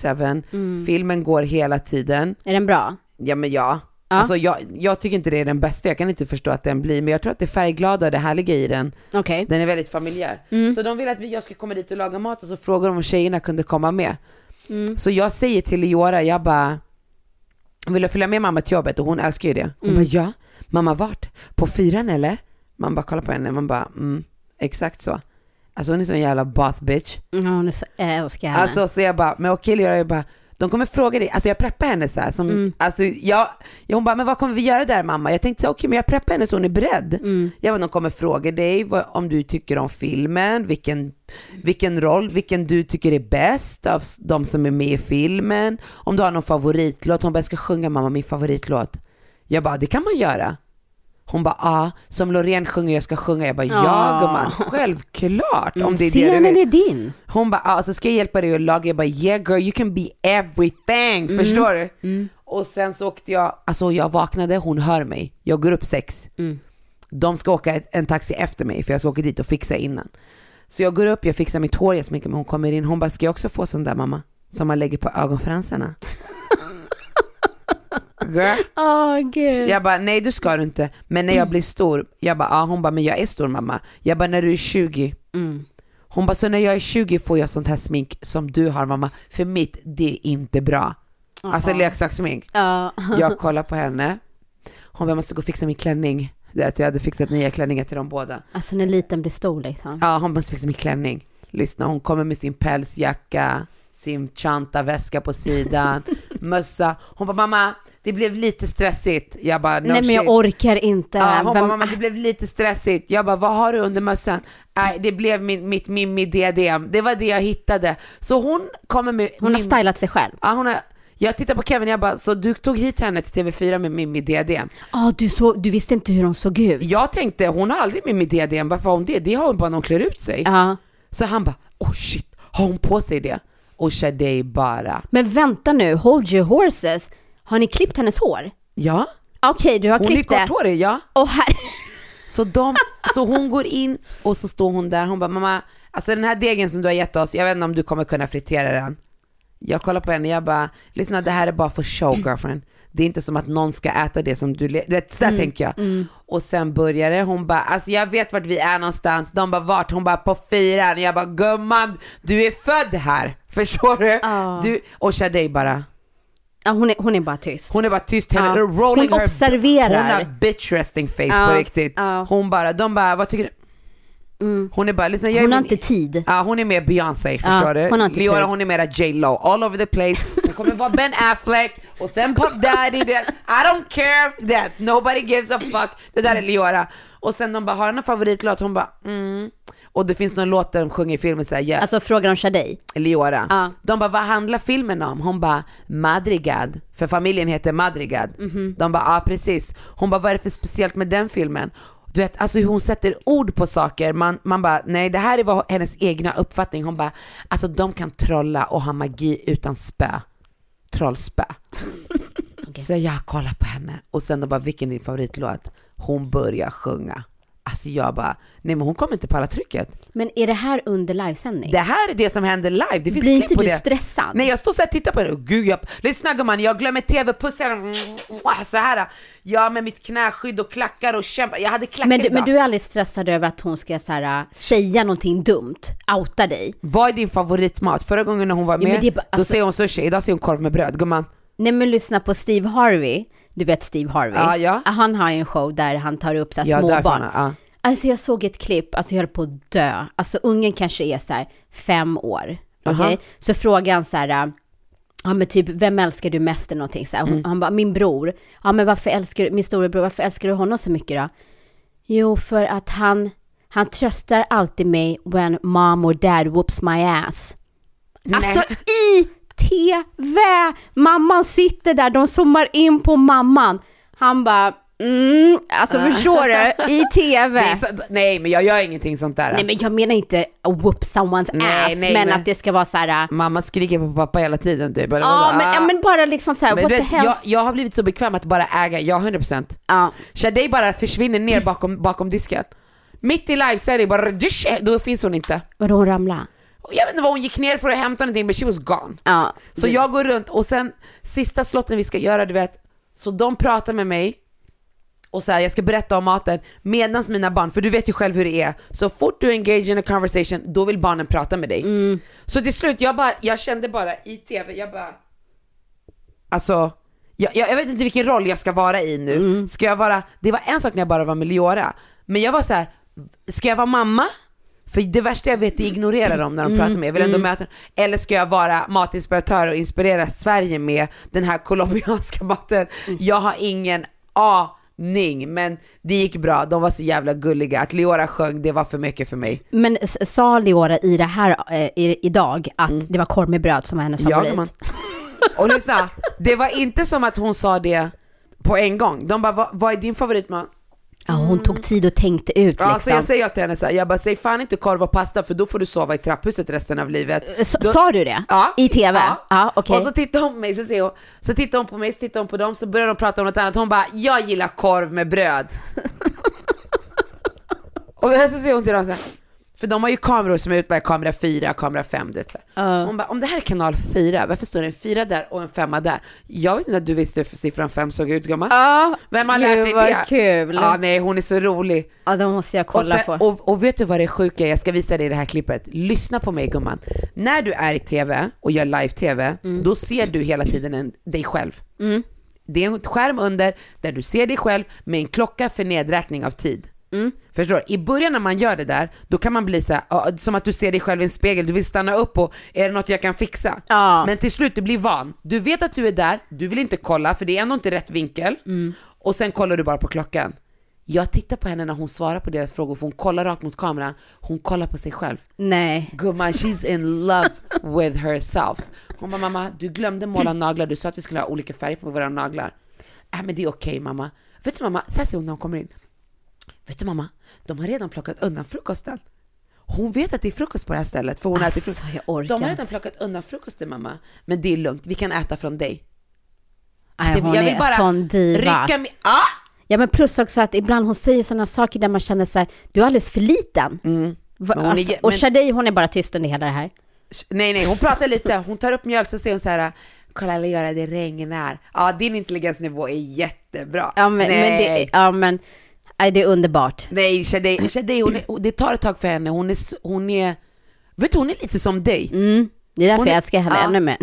24/7. Filmen går hela tiden. Är den bra? Ja, men ja. Alltså jag tycker inte det är den bästa. Jag kan inte förstå att den blir, men jag tror att det är färgglada och det härliga i den. Okej. Den är väldigt familjär. Så de vill att jag ska komma dit och laga mat, och så frågar de om tjejerna kunde komma med. Så jag säger till Leora, jag bara, vill jag följa med mamma till jobbet? Och hon älskar ju det. Hon bara, ja, mamma vart? På 4 eller? Man bara kollar på henne, man bara, exakt så. Alltså hon är så en jävla boss bitch. Hon är så, jag älskar henne. Alltså så jag bara, men okej Leora, jag bara, de kommer fråga dig, alltså jag preppar henne så här, som, alltså hon bara, men vad kommer vi göra där mamma? Jag tänkte så okej, men jag preppar henne så hon är beredd. Jag vet, de kommer fråga dig om du tycker om filmen, vilken roll, vilken du tycker är bäst av de som är med i filmen, om du har någon favoritlåt. Hon bara, jag ska sjunga mamma min favoritlåt. Jag bara, det kan man göra. Hon bara, som Loreen sjunger, jag ska sjunga. Jag bara, ja gumman, självklart. Om det är scenen det du är din. Hon bara, så ska jag hjälpa dig att laga. Jag bara, yeah girl, you can be everything. Förstår du? Och sen så åkte jag, alltså jag vaknade, hon hör mig. Jag går upp 6. De ska åka en taxi efter mig, för jag ska åka dit och fixa innan. Så jag går upp, jag fixar mitt hår, jag sminkar mig. Hon kommer in, hon bara, ska jag också få sån där mamma som man lägger på ögonfransarna? Gud. Jag bara, nej du ska du inte. Men när jag blir stor, jag bara, hon bara, men jag är stor mamma. Jag bara, när du är 20. Hon bara, så när jag är 20 får jag sånt här smink som du har mamma. För mitt, det är inte bra. Alltså leksakssmink. Jag kollar på henne. Hon bara, jag måste gå och fixa min klänning. Det är att jag hade fixat nya klänningar till dem båda. Alltså när liten blir stor liksom. Ja, hon måste fixa min klänning. Lyssna, hon kommer med sin pälsjacka, sin chanta-väska på sidan, mössa. Hon bara, mamma, det blev lite stressigt. Jag bara, no, nej men jag orkar inte. Hon bara, mamma, det blev lite stressigt. Jag bara, vad har du under mössan? Det blev mitt Mimmi-diadem. Det var det jag hittade. Så hon kommer med... Hon har stylat sig själv. Ja, jag tittar på Kevin, jag bara, så du tog hit henne till TV4 med Mimmi-diadem? Du visste inte hur hon såg ut. Jag tänkte, hon har aldrig Mimmi-diadem. Varför har hon det? Det har hon bara när hon klär ut sig. Så han bara, shit, har hon på sig det? Och Shadej bara. Men vänta nu, hold your horses. Har ni klippt hennes hår? Ja. Okej, du har klippt det. Hon är korthårig, ja. Så hon går in och så står hon där. Hon bara, mamma, alltså den här degen som du har gett oss, jag vet inte om du kommer kunna fritera den. Jag kollar på henne, jag bara, lyssna, det här är bara för show, girlfriend. Det är inte som att någon ska äta det som du... Så där tänker jag. Och sen började hon bara, alltså jag vet vart vi är någonstans. De bara, vart? Hon bara, på 4. Jag bara, gumman, du är född här. Förstår du? Och Shadej bara... Ja, hon är bara tyst. Hon är bara tyst. Hon observerar. Hon har bitch resting face på riktigt. Hon bara, de bara, vad tycker du? Hon är bara, liksom, hon har inte tid. Ja, hon är mer Beyoncé, förstår du? Leora, hon är mera J-Lo, all over the place. Hon kommer vara Ben Affleck och sen Puff Daddy. I don't care that nobody gives a fuck. Det där är Leora. Och sen de bara, har han en favoritlåt? Hon bara, Och det finns någon låt där de sjunger i filmen så här, yes. Alltså frågar om Shadej? Leora. De bara, vad handlar filmen om? Hon bara, Madrigad. För familjen heter Madrigad. De bara, precis. Hon bara, vad är det för speciellt med den filmen? Du vet, alltså hur hon sätter ord på saker. Man bara, nej, det här är hennes egna uppfattning. Hon bara, alltså de kan trolla och ha magi utan spö. Trollspö. Så jag kollar på henne. Och sen de bara, vilken är din favoritlåt? Hon börjar sjunga. Alltså jag bara, nej men hon kommer inte palla trycket. Men är det här under livesändning? Det här är det som händer live. Det finns Blir klipp inte på du det. stressad? Nej, jag står så här och tittar på det. Och gud, lyssna gumman, jag glömmer tv-pussen. Så här. Ja, med mitt knäskydd och klackar och kämpa. Jag hade klackar idag. Men du är aldrig stressad över att hon ska så här, säga någonting dumt, outa dig? Vad är din favoritmat? Förra gången när hon var med, då säger hon sushi. Idag säger hon korv med bröd, gumman. Nej, men lyssna på Steve Harvey. Du vet Steve Harvey. Ja. Han har ju en show där han tar upp så här små barn. Ja. Alltså jag såg ett klipp, alltså jag höll på att dö. Alltså ungen kanske är så här 5 år. Okay? Så frågar han så här, ja men typ, vem älskar du mest eller någonting så här. Han bara, min bror. Ja men min storebror, varför älskar du honom så mycket då? Jo, för att han tröstar alltid mig when mom or dad whoops my ass. Alltså i TV, mamman sitter där, de zoomar in på mamman. Han bara, alltså förstår du? I TV. Nej, men jag gör ingenting sånt där. Nej, men jag menar inte whoop someone's ass, men att det ska vara så här. Mamma skriker på pappa hela tiden typ. Men bara liksom så här, what the hell? Jag har blivit så bekväm att bara äga, jag 100%. Shadej bara försvinner ner bakom disken. Mitt i live så är det bara, då finns hon inte. Vadå, hon ramlade? Jag vet inte vad, hon gick ner för att hämta någonting, but she was gone. Så jag går runt och sen sista slotten vi ska göra, du vet. Så de pratar med mig och så här, jag ska berätta om maten medans mina barn, för du vet ju själv hur det är. Så fort du engage in a conversation, då vill barnen prata med dig. Så till slut, jag kände bara i TV, jag bara, alltså jag vet inte vilken roll jag ska vara i nu. Ska jag vara, det var en sak när jag bara var med Leora, men jag var så här, ska jag vara mamma? För det värsta jag vet är ignorera dem när de pratar med mig. Jag vill ändå möta. Eller ska jag vara matinspiratör och inspirera Sverige med den här colombianska maten? Jag har ingen aning, men det gick bra. De var så jävla gulliga. Att Leora sjöng, det var för mycket för mig. Men sa Leora i det här idag att det var korv med bröd som var hennes favorit? Ja, och lyssna, det var inte som att hon sa det på en gång. De bara, vad är din favoritmat? Ja, hon tog tid och tänkte ut liksom. Så jag säger till henne så här, jag bara, säg fan inte korv och pasta, för då får du sova i trapphuset resten av livet. Sa du det? Ja. I TV? Ja, okej. Och så tittar hon på mig, så tittar hon på mig, så tittar hon på dem, så börjar de prata om något annat. Hon bara, jag gillar korv med bröd. Och så säger hon till dem så här, för de har ju kameror som är utmärkt, kamera 4, kamera 5, du vet så här. Hon bara, om det här är kanal 4, varför står det en 4 där och en 5 där? Jag vet inte att du visste hur siffran 5 såg ut, gumman. Vem har lärt dig det? Kul. Nej, hon är så rolig. Ja, då måste jag kolla på. Och vet du vad det är sjuka? Jag ska visa dig det här klippet. Lyssna på mig, gumman. När du är i TV och gör live-TV, då ser du hela tiden dig själv. Det är en skärm under där du ser dig själv med en klocka för nedräkning av tid. Förstår du? I början när man gör det där, då kan man bli så här, som att du ser dig själv i en spegel. Du vill stanna upp och är det något jag kan fixa? Men till slut du blir van. Du vet att du är där, du vill inte kolla för det är ändå inte rätt vinkel. Och sen kollar du bara på klockan. Jag tittar på henne när hon svarar på deras frågor, för hon kollar rakt mot kameran. Hon kollar på sig själv. Nej. Gumman, she's in love with herself. Hon bara, mamma, du glömde måla naglar. Du sa att vi skulle ha olika färger på våra naglar. Men det är okej, mamma. Vet du, mamma, så här säger hon när hon kommer in. Vet du, mamma, de har redan plockat undan frukosten. Hon vet att det är frukost på det här stället, för hon äter frukost. De har redan plockat undan frukosten, mamma. Men det är lugnt, vi kan äta från dig. Alltså, hon är bara sån diva. Ja, men plus också att ibland hon säger sådana saker där man känner sig, du är alldeles för liten. Och Shadej, hon är bara tyst under hela det här. Nej, hon pratar lite. Hon tar upp mjöl, så säger hon så här, kolla Leora, det regnar. Ja, din intelligensnivå är jättebra. Men det är underbart. Nej, Shadej, det tar ett tag för henne. Hon är vet du, hon är lite som dig. Det är därför jag älskar henne ännu mer.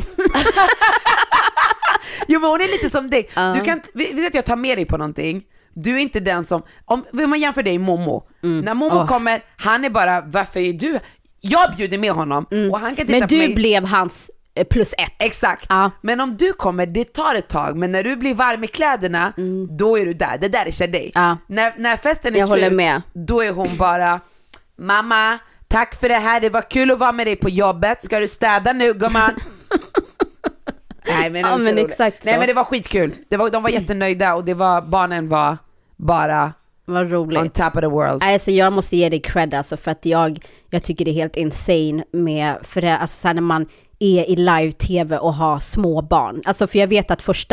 Jo, men hon är lite som dig. Du kan, vet att jag tar med dig på någonting. Du är inte den som, om man jämför dig Momo. När Momo kommer, han är bara, varför är du? Jag bjuder med honom och han kan titta men på mig. Du blev hans +1. Exakt. Men om du kommer, det tar ett tag. Men när du blir varm i kläderna, då är du där. Det där är Shadej. När festen är slut, med. Då är hon bara, mamma, tack för det här. Det var kul att vara med dig på jobbet. Ska du städa nu, gumman? Nej, men exakt så. Nej, men det var skitkul. De var jättenöjda och barnen var bara vad roligt. On top of the world. Alltså jag måste ge dig cred alltså, för att jag tycker det är helt insane med alltså, så här, när man är i live-tv och har små barn. Alltså för jag vet att första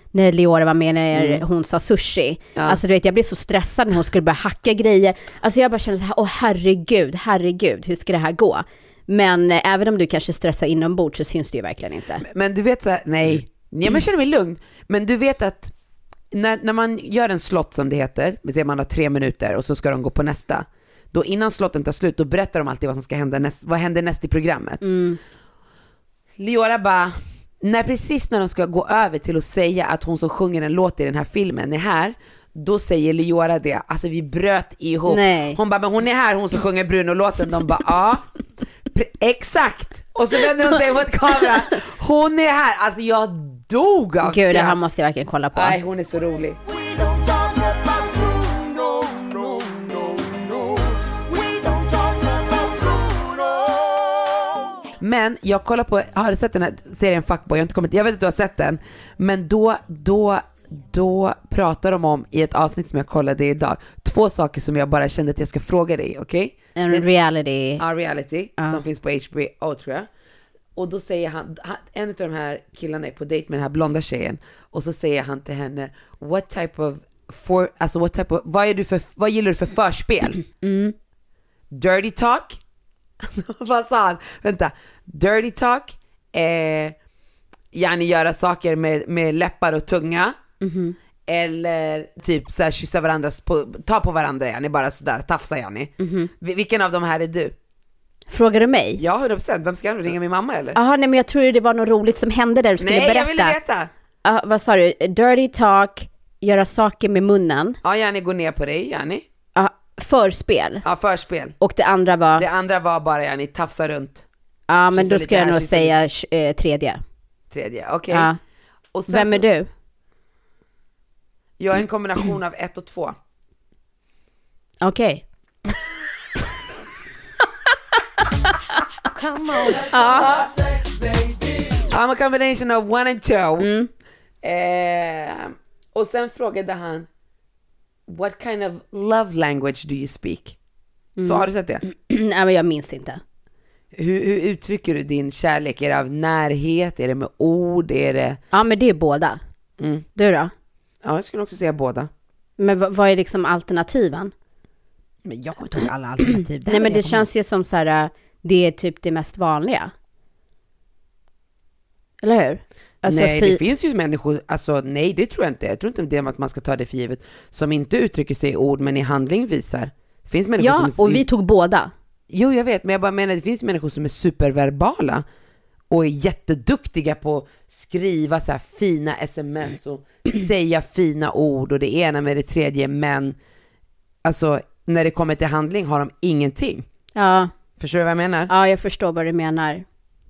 när Leora var med när hon sa sushi. Ja. Alltså du vet, jag blev så stressad när hon skulle börja hacka grejer. Alltså jag bara kände så här, herregud, hur ska det här gå? Men även om du kanske stressar inombords så syns det ju verkligen inte. Men du vet så här, nej, jag känner mig lugn. Men du vet att när man gör en slott som det heter, vi ser man har 3 minuter och så ska de gå på nästa. Då innan slotten tar slut, då berättar de alltid vad som ska hända vad händer näst i programmet. Leora bara, precis när de ska gå över till att säga att hon som sjunger en låt i den här filmen är här, då säger Leora det. Alltså vi bröt ihop. Nej. Hon bara, men hon är här, hon som sjunger Bruno-låten. De bara, ja, exakt. Och så vänder hon sig mot kamera. Hon är här. Alltså jag dog av Gud, det skratt. här måste jag verkligen kolla på. Nej, hon är så rolig. We don't talk about Bruno, no, no, no. We don't talk about Bruno. Men jag kollar på, har du sett den här serien Fuckboy? Jag vet att du har sett den. Men då pratar de om i ett avsnitt som jag kollade idag 2 saker som jag bara kände att jag ska fråga dig, okej? En reality. Ja, reality som finns på HBO tror jag. Och då säger han, en av de här killarna är på dejt med den här blonda tjejen, och så säger han till henne, vad gillar du för förspel? Dirty talk? Vad sa han? Vänta. Dirty talk, gärna göra saker med läppar och tunga. Eller typ så här, kyssa varandra, ta på varandra, yani bara sådär, tafsa yani. Vilken av de här är du? Frågar du mig? Ja, 100%. Vem ska jag ringa min mamma eller? Jaha, nej men jag tror det var något roligt som hände där du skulle berätta. Nej, jag ville veta. Vad sa du? Dirty talk, göra saker med munnen. Ja, gärna gå ner på dig, gärna. Förspel. Ja, förspel. Och det andra var? Det andra var bara gärna tafsa runt. Ja, men kyssa då ska jag här, nog säga tredje. Okej. Ja. Och sen Vem är du? Jag är en kombination av 1 och 2. Okej. Come on. I'm a combination of 1 and 2. Och sen frågade han, what kind of love language do you speak? Så har du sett det? Nej, men jag minns inte. Hur uttrycker du din kärlek? Är det av närhet? Är det med ord? Är det... Ja, men det är båda. Du då? Ja, jag skulle också säga båda. Men vad är liksom alternativen? Men jag kommer inte ihåg alla alternativ. Nej, men det känns ju som så här, det är typ det mest vanliga. Eller hur? Alltså, nej, det finns ju människor, alltså nej, det tror jag inte. Jag tror inte det är att man ska ta det för givet, som inte uttrycker sig i ord men i handling visar. Det finns människor som och vi tog båda. Jo, jag vet, men jag bara menar, det finns människor som är superverbala och är jätteduktiga på att skriva så här fina sms och säga fina ord och det ena med det tredje, men alltså när det kommer till handling har de ingenting. Ja. Förstår du vad jag menar? Ja, jag förstår vad du menar.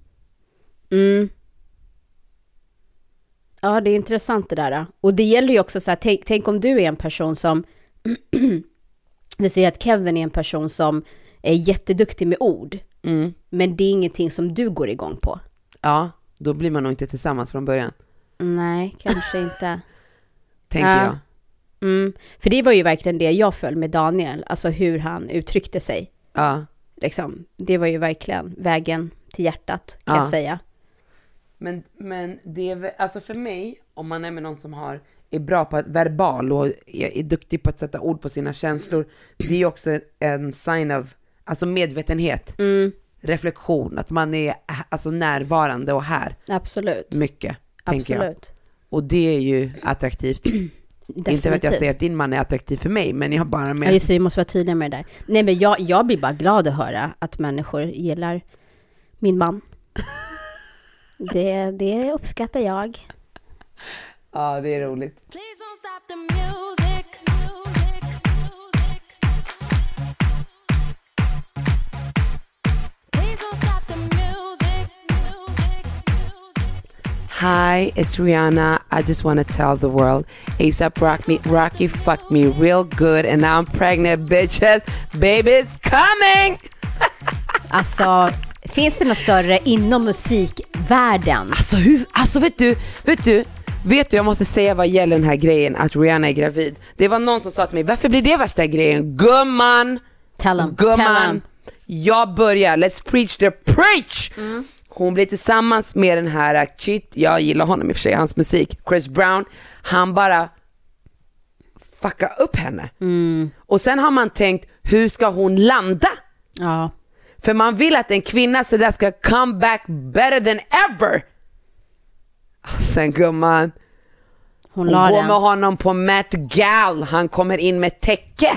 Ja, det är intressant det där. Och det gäller ju också så här, tänk om du är en person som vi säger att Kevin är en person som är jätteduktig med ord. Men det är ingenting som du går igång på. Ja, då blir man nog inte tillsammans från början. Nej, kanske inte. Tänker jag. För det var ju verkligen det jag föll med Daniel. Alltså hur han uttryckte sig. Ja. Liksom, det var ju verkligen vägen till hjärtat, kan jag säga. Men det är, alltså för mig, om man är med någon som är bra på att verbal och är duktig på att sätta ord på sina känslor, det är också en sign av alltså medvetenhet, reflektion, att man är alltså närvarande och här. Absolut. Mycket, tänker jag. Absolut. Och det är ju attraktivt. Inte för att jag säger att din man är attraktiv för mig, men jag bara med. Ja, just det, vi måste vara tydliga med det där. Nej, men jag blir bara glad att höra att människor gillar min man. Det uppskattar jag. Ja, det är roligt. Please don't stop the music. Please don't stop the music. Hi, it's Rihanna. I just want to tell the world, A$AP Rocky fucked me real good and now I'm pregnant, bitches. Baby's coming! Alltså, finns det något större inom musikvärlden? Alltså vet du, jag måste säga vad gäller den här grejen att Rihanna är gravid. Det var någon som sa till mig, varför blir det värsta grejen? Gumman! Tell 'em. Jag börjar, let's preach the preach! Hon blir tillsammans med den här jag gillar honom i och för sig, hans musik, Chris Brown. Han bara fucka upp henne. Och sen har man tänkt, hur ska hon landa? Ja. För man vill att en kvinna så där ska come back better than ever. Sen gumman, hon går med honom på Met Gal. Han kommer in med täcke.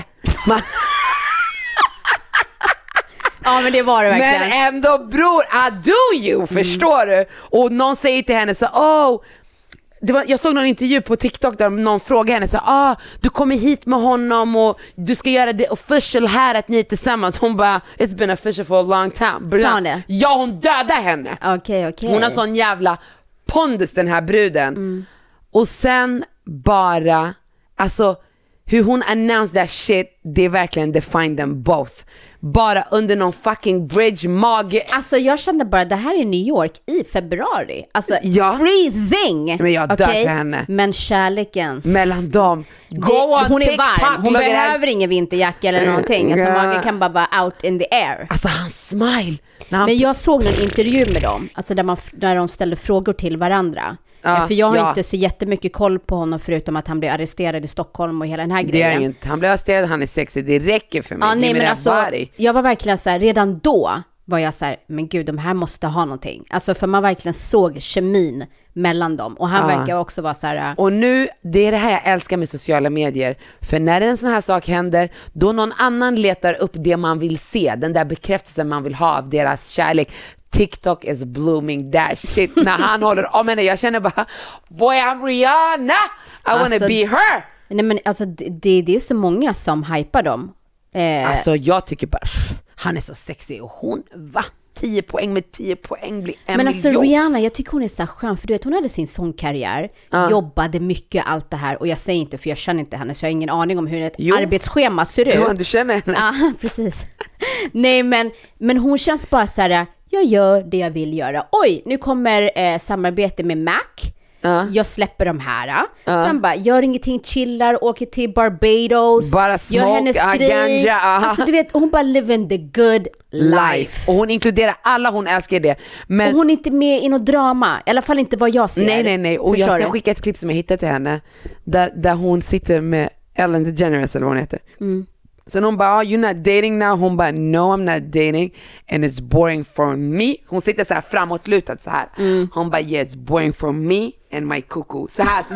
Ja, men det var det verkligen. Men ändå bror, I do you, förstår du? Och någon säger till henne så, jag såg någon intervju på TikTok där någon frågade henne så, du kommer hit med honom och du ska göra det official här att ni är tillsammans. Hon bara, it's been official for a long time. Sa hon det? Ja, hon dödade henne. Okej. Hon har sån jävla pondus, den här bruden. Och sen bara, alltså hur hon announced that shit, det är verkligen define them both. Bara under någon fucking bridge, mage. Alltså jag kände bara, det här är New York i februari. Alltså freezing. Men jag dör för henne. Men kärleken mellan dem. Hon är varm. Hon behöver ingen vinterjacka eller någonting. Alltså magen kan bara vara out in the air. Alltså hans smile. Men jag såg någon intervju med dem, alltså där de ställde frågor till varandra. För jag har inte så jättemycket koll på honom förutom att han blev arresterad i Stockholm och hela den här grejen. Han blev arresterad, han är sexig, det räcker för mig. Nej, men alltså, jag var verkligen så här, redan då var jag så här, men gud, de här måste ha någonting. Alltså för man verkligen såg kemin mellan dem. Och han verkar också vara så här. Och nu, det är det här jag älskar med sociala medier. För när en sån här sak händer, då någon annan letar upp det man vill se. Den där bekräftelsen man vill ha av deras kärlek. TikTok is blooming that shit. När han håller men jag känner bara, boy, I'm Rihanna. I wanna be her. Nej, men alltså det är så många som hypar dem. Alltså jag tycker bara, han är så sexig och hon, 10 poäng med 10 poäng blir 1 miljon. Men alltså Rihanna, jag tycker hon är så skön. För du vet, hon hade sin sångkarriär, jobbade mycket, allt det här. Och jag säger inte, för jag känner inte henne, så jag har ingen aning om hur ett arbetsschema ser ut. Jo, du känner henne. Ja, precis. Nej, men hon känns bara så här, jag gör det jag vill göra. Oj, nu kommer samarbete med Mac. Jag släpper de här. Sen bara, gör ingenting, chillar, åker till Barbados. Bara smoke, gör hennes grej. Alltså du vet, hon bara living the good life. Och hon inkluderar alla, hon älskar det. Men och hon är inte med i något drama. I alla fall inte vad jag ser. Nej. Och jag ska skicka ett klipp som jag hittade till henne. Där hon sitter med Ellen DeGeneres, eller vad hon heter. Så hon bara, you're not dating now. Hon bara, no, I'm not dating. And it's boring for me. Hon sitter så här framåtlutad så här. Hon bara, yeah, it's boring for me and my cuckoo. Så här.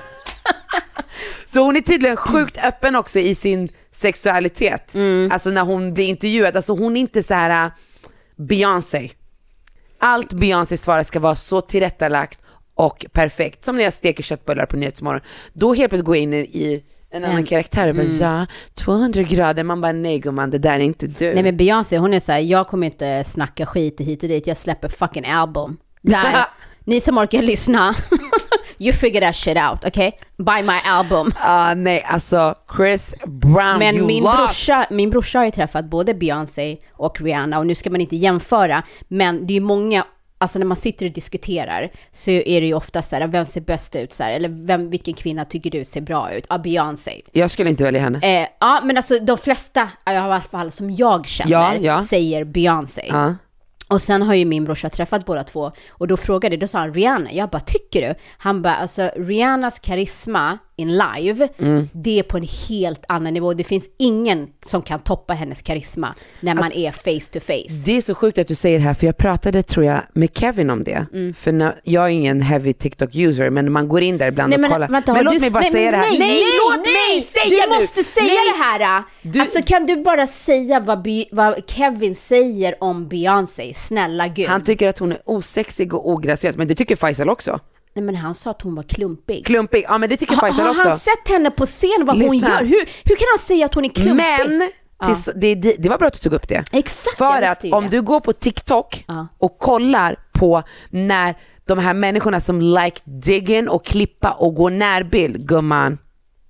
Så hon är tydligen sjukt öppen också i sin sexualitet. Alltså när hon blir intervjuad. Alltså hon är inte så här Beyoncé. Allt Beyoncé svarar ska vara så tillrättalagt och perfekt. Som när jag steker köttbullar på Nyhetsmorgon. Då helt plötsligt går jag in i en annan karaktär och bara, 200 grader. Man bara, nej gumman, det där är inte du. Nej, men Beyoncé, hon är så här, jag kommer inte snacka skit hit och dit. Jag släpper fucking album. Där, ni som orkar lyssna, you figure that shit out, okay? Buy my album. Nej, alltså Chris Brown, men you min brorsa har ju träffat både Beyoncé och Rihanna. Och nu ska man inte jämföra, men det är ju många. Alltså när man sitter och diskuterar så är det ju ofta så här, vem ser bäst ut så här, eller vilken kvinna tycker du ser bra ut? Beyoncé. Jag skulle inte välja henne. Ja, men alltså de flesta, i alla fall som jag känner, säger Beyoncé. Och sen har ju min brorsa träffat båda två. Och då då sa han Rihanna. Jag bara, tycker du? Han bara, alltså Rihannas karisma in live, det är på en helt annan nivå. Det finns ingen som kan toppa hennes karisma när man är face to face. Det är så sjukt att du säger det här, för jag pratade, tror jag, med Kevin om det. För jag är ingen heavy TikTok-user, men man går in där ibland och kollar. Vänta, men låt mig bara säga det här. Nej, låt mig säga du måste säga det här. Alltså kan du bara säga vad Kevin säger om Beyoncé? Snälla gud. Han tycker att hon är osexig och ograciös, men det tycker Faisal också. Nej, men han sa att hon var klumpig. Klumpig, ja men det tycker Faisal också. Har han sett henne på scen, vad hon gör? Hur kan han säga att hon är klumpig? Men det var bra att du tog upp det. Exakt. För att om du går på TikTok och kollar på när de här människorna som like diggen och klippa och gå närbild, gumman,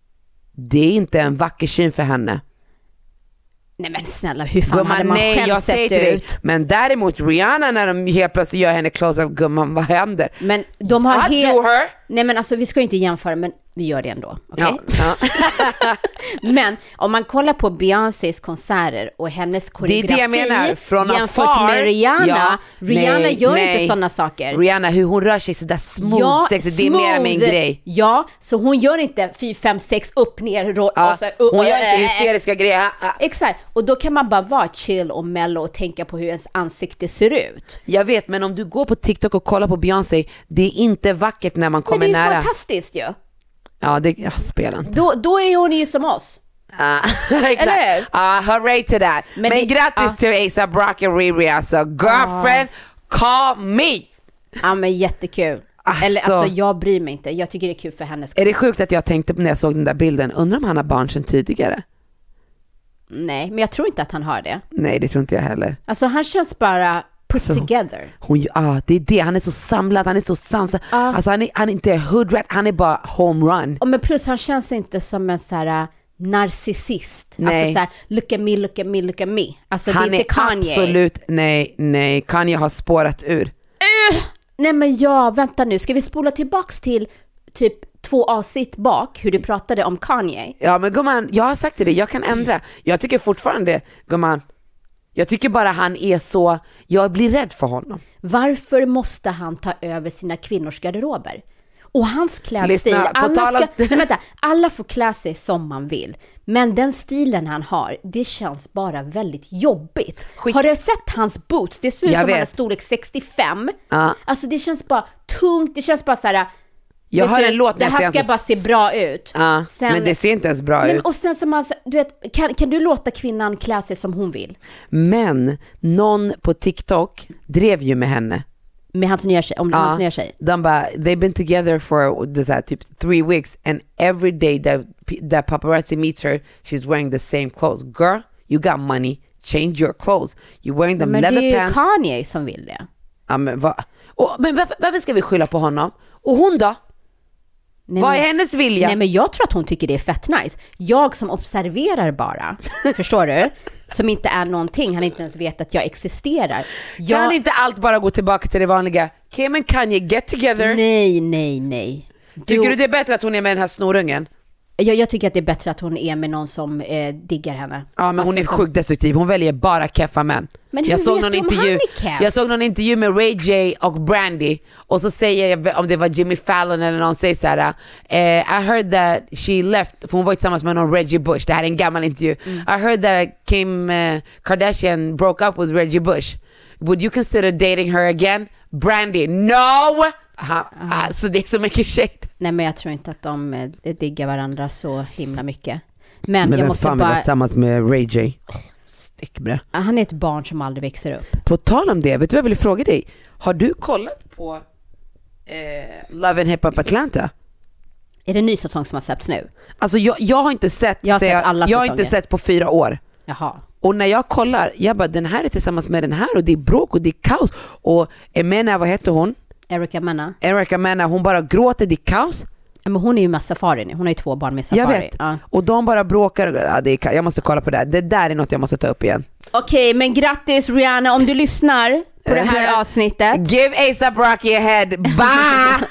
det är inte en vacker syn för henne. Nej men snälla, hur fan hade man själv sett ut? Men däremot Rihanna, när de helt plötsligt gör henne close-up, gumman, vad händer? Men de har Nej men alltså vi ska ju inte jämföra, men vi gör det ändå, okej? Ja. Men om man kollar på Beyoncés konserter och hennes koreografi, det är det jag menar, från jämfört afar, med Rihanna. Rihanna gör inte nej. sådana saker. Rihanna, hur hon rör sig så där smooth, sexy, det är mer min grej. Ja, så hon gör inte 4, 5, 6 upp, ner, Ja, hon gör inte hysteriska grejer. Exakt, och då kan man bara vara chill och mellow och tänka på hur ens ansikte ser ut. Jag vet, men om du går på TikTok och kollar på Beyoncé, det är inte vackert när man kommer Men det är ju nära. fantastiskt ju. Ja, jag spelar inte. Då är hon ju som oss. Eller hur? Hurray to that. Men grattis till A$AP Rocky och Riri, alltså. Girlfriend, call me. Ja, men jättekul. Alltså jag bryr mig inte. Jag tycker det är kul för hennes skull. Är det sjukt att jag tänkte på när jag såg den där bilden, undrar om han har barn sedan tidigare? Nej, men jag tror inte att han har det. Nej, det tror inte jag heller. Alltså han känns bara put together. Det är det, han är så samlad, han är så sansad. Alltså han är inte hood rat, han är bara home run. Men plus han känns inte som en så här narcissist. Nej. Alltså så här, look at me, look at me, look at me. Alltså Han det är inte Kanye. Absolut, nej, Kanye har spårat ur. Nej men vänta nu, ska vi spola tillbaks till typ 2 avsnitt bak hur du pratade om Kanye? Ja men gumman, jag har sagt det, jag kan ändra. Jag tycker fortfarande, gumman, jag tycker bara han är så, jag blir rädd för honom. Varför måste han ta över sina kvinnors garderober? Och hans klädstil, alla får klä sig som man vill. Men den stilen han har, det känns bara väldigt jobbigt. Har du sett hans boots? Det ser ut som han har storlek 65. Alltså det känns bara tungt, det känns bara så här. Jag hör en låt. Det här ska bara se bra ut. Sen, men det ser inte ens bra ut. Och sen som man, du vet, kan du låta kvinnan klä sig som hon vill? Men någon på TikTok drev ju med henne. Med hans nya tjej, hans nya tjej. De bara, they've been together for typ 3 weeks and every day that paparazzi meets her, she's wearing the same clothes. Girl, you got money, change your clothes. You're wearing them leather pants. Men det är ju Kanye som vill det. Ja, men varför ska vi skylla på honom? Och hon då? Vad är hennes vilja? Nej, men jag tror att hon tycker det är fett nice. Jag som observerar bara, förstår du? Som inte är någonting, han inte ens vet att jag existerar. Kan inte allt bara gå tillbaka till det vanliga? Kim and Kanye, get together. Nej. Tycker du det är bättre att hon är med den här snorungen? Jag tycker att det är bättre att hon är med någon som diggar henne. Ja, men hon är sjukt destruktiv. Hon väljer bara keffa män. Men hur vet du om han är keff? Jag såg någon intervju med Ray J och Brandy. Och så säger jag, om det var Jimmy Fallon eller någon, säger så här: I heard that she left, för hon var tillsammans med någon Reggie Bush. Det här är en gammal intervju. I heard that Kim Kardashian broke up with Reggie Bush. Would you consider dating her again? Brandy, no! Så det är så mycket shade. Nej, men jag tror inte att de diggar varandra så himla mycket. Men jag vem måste fan bara... vill vara tillsammans med Ray J? Stickbrä. Han är ett barn som aldrig växer upp. På tal om det, vet du vad jag vill fråga dig? Har du kollat på Love and Hip Hop Atlanta? Är det en ny säsong som har släppts nu? Alltså jag har inte sett. Jag har sett alla jag har säsonger. inte sett på 4 år. Jaha. Och när jag kollar, jag bara, den här är tillsammans med den här och det är bråk och det är kaos. Och Emena, vad heter hon? Erica Mena, hon bara gråter, det är kaos. Men hon är ju med Safari nu, hon har ju 2 barn med Safari. Jag vet, och de bara bråkar. Jag måste kolla på det. Det där är något jag måste ta upp igen. Okej, men grattis Rihanna om du lyssnar på det här avsnittet. Give A$AP Rocky a head, bye!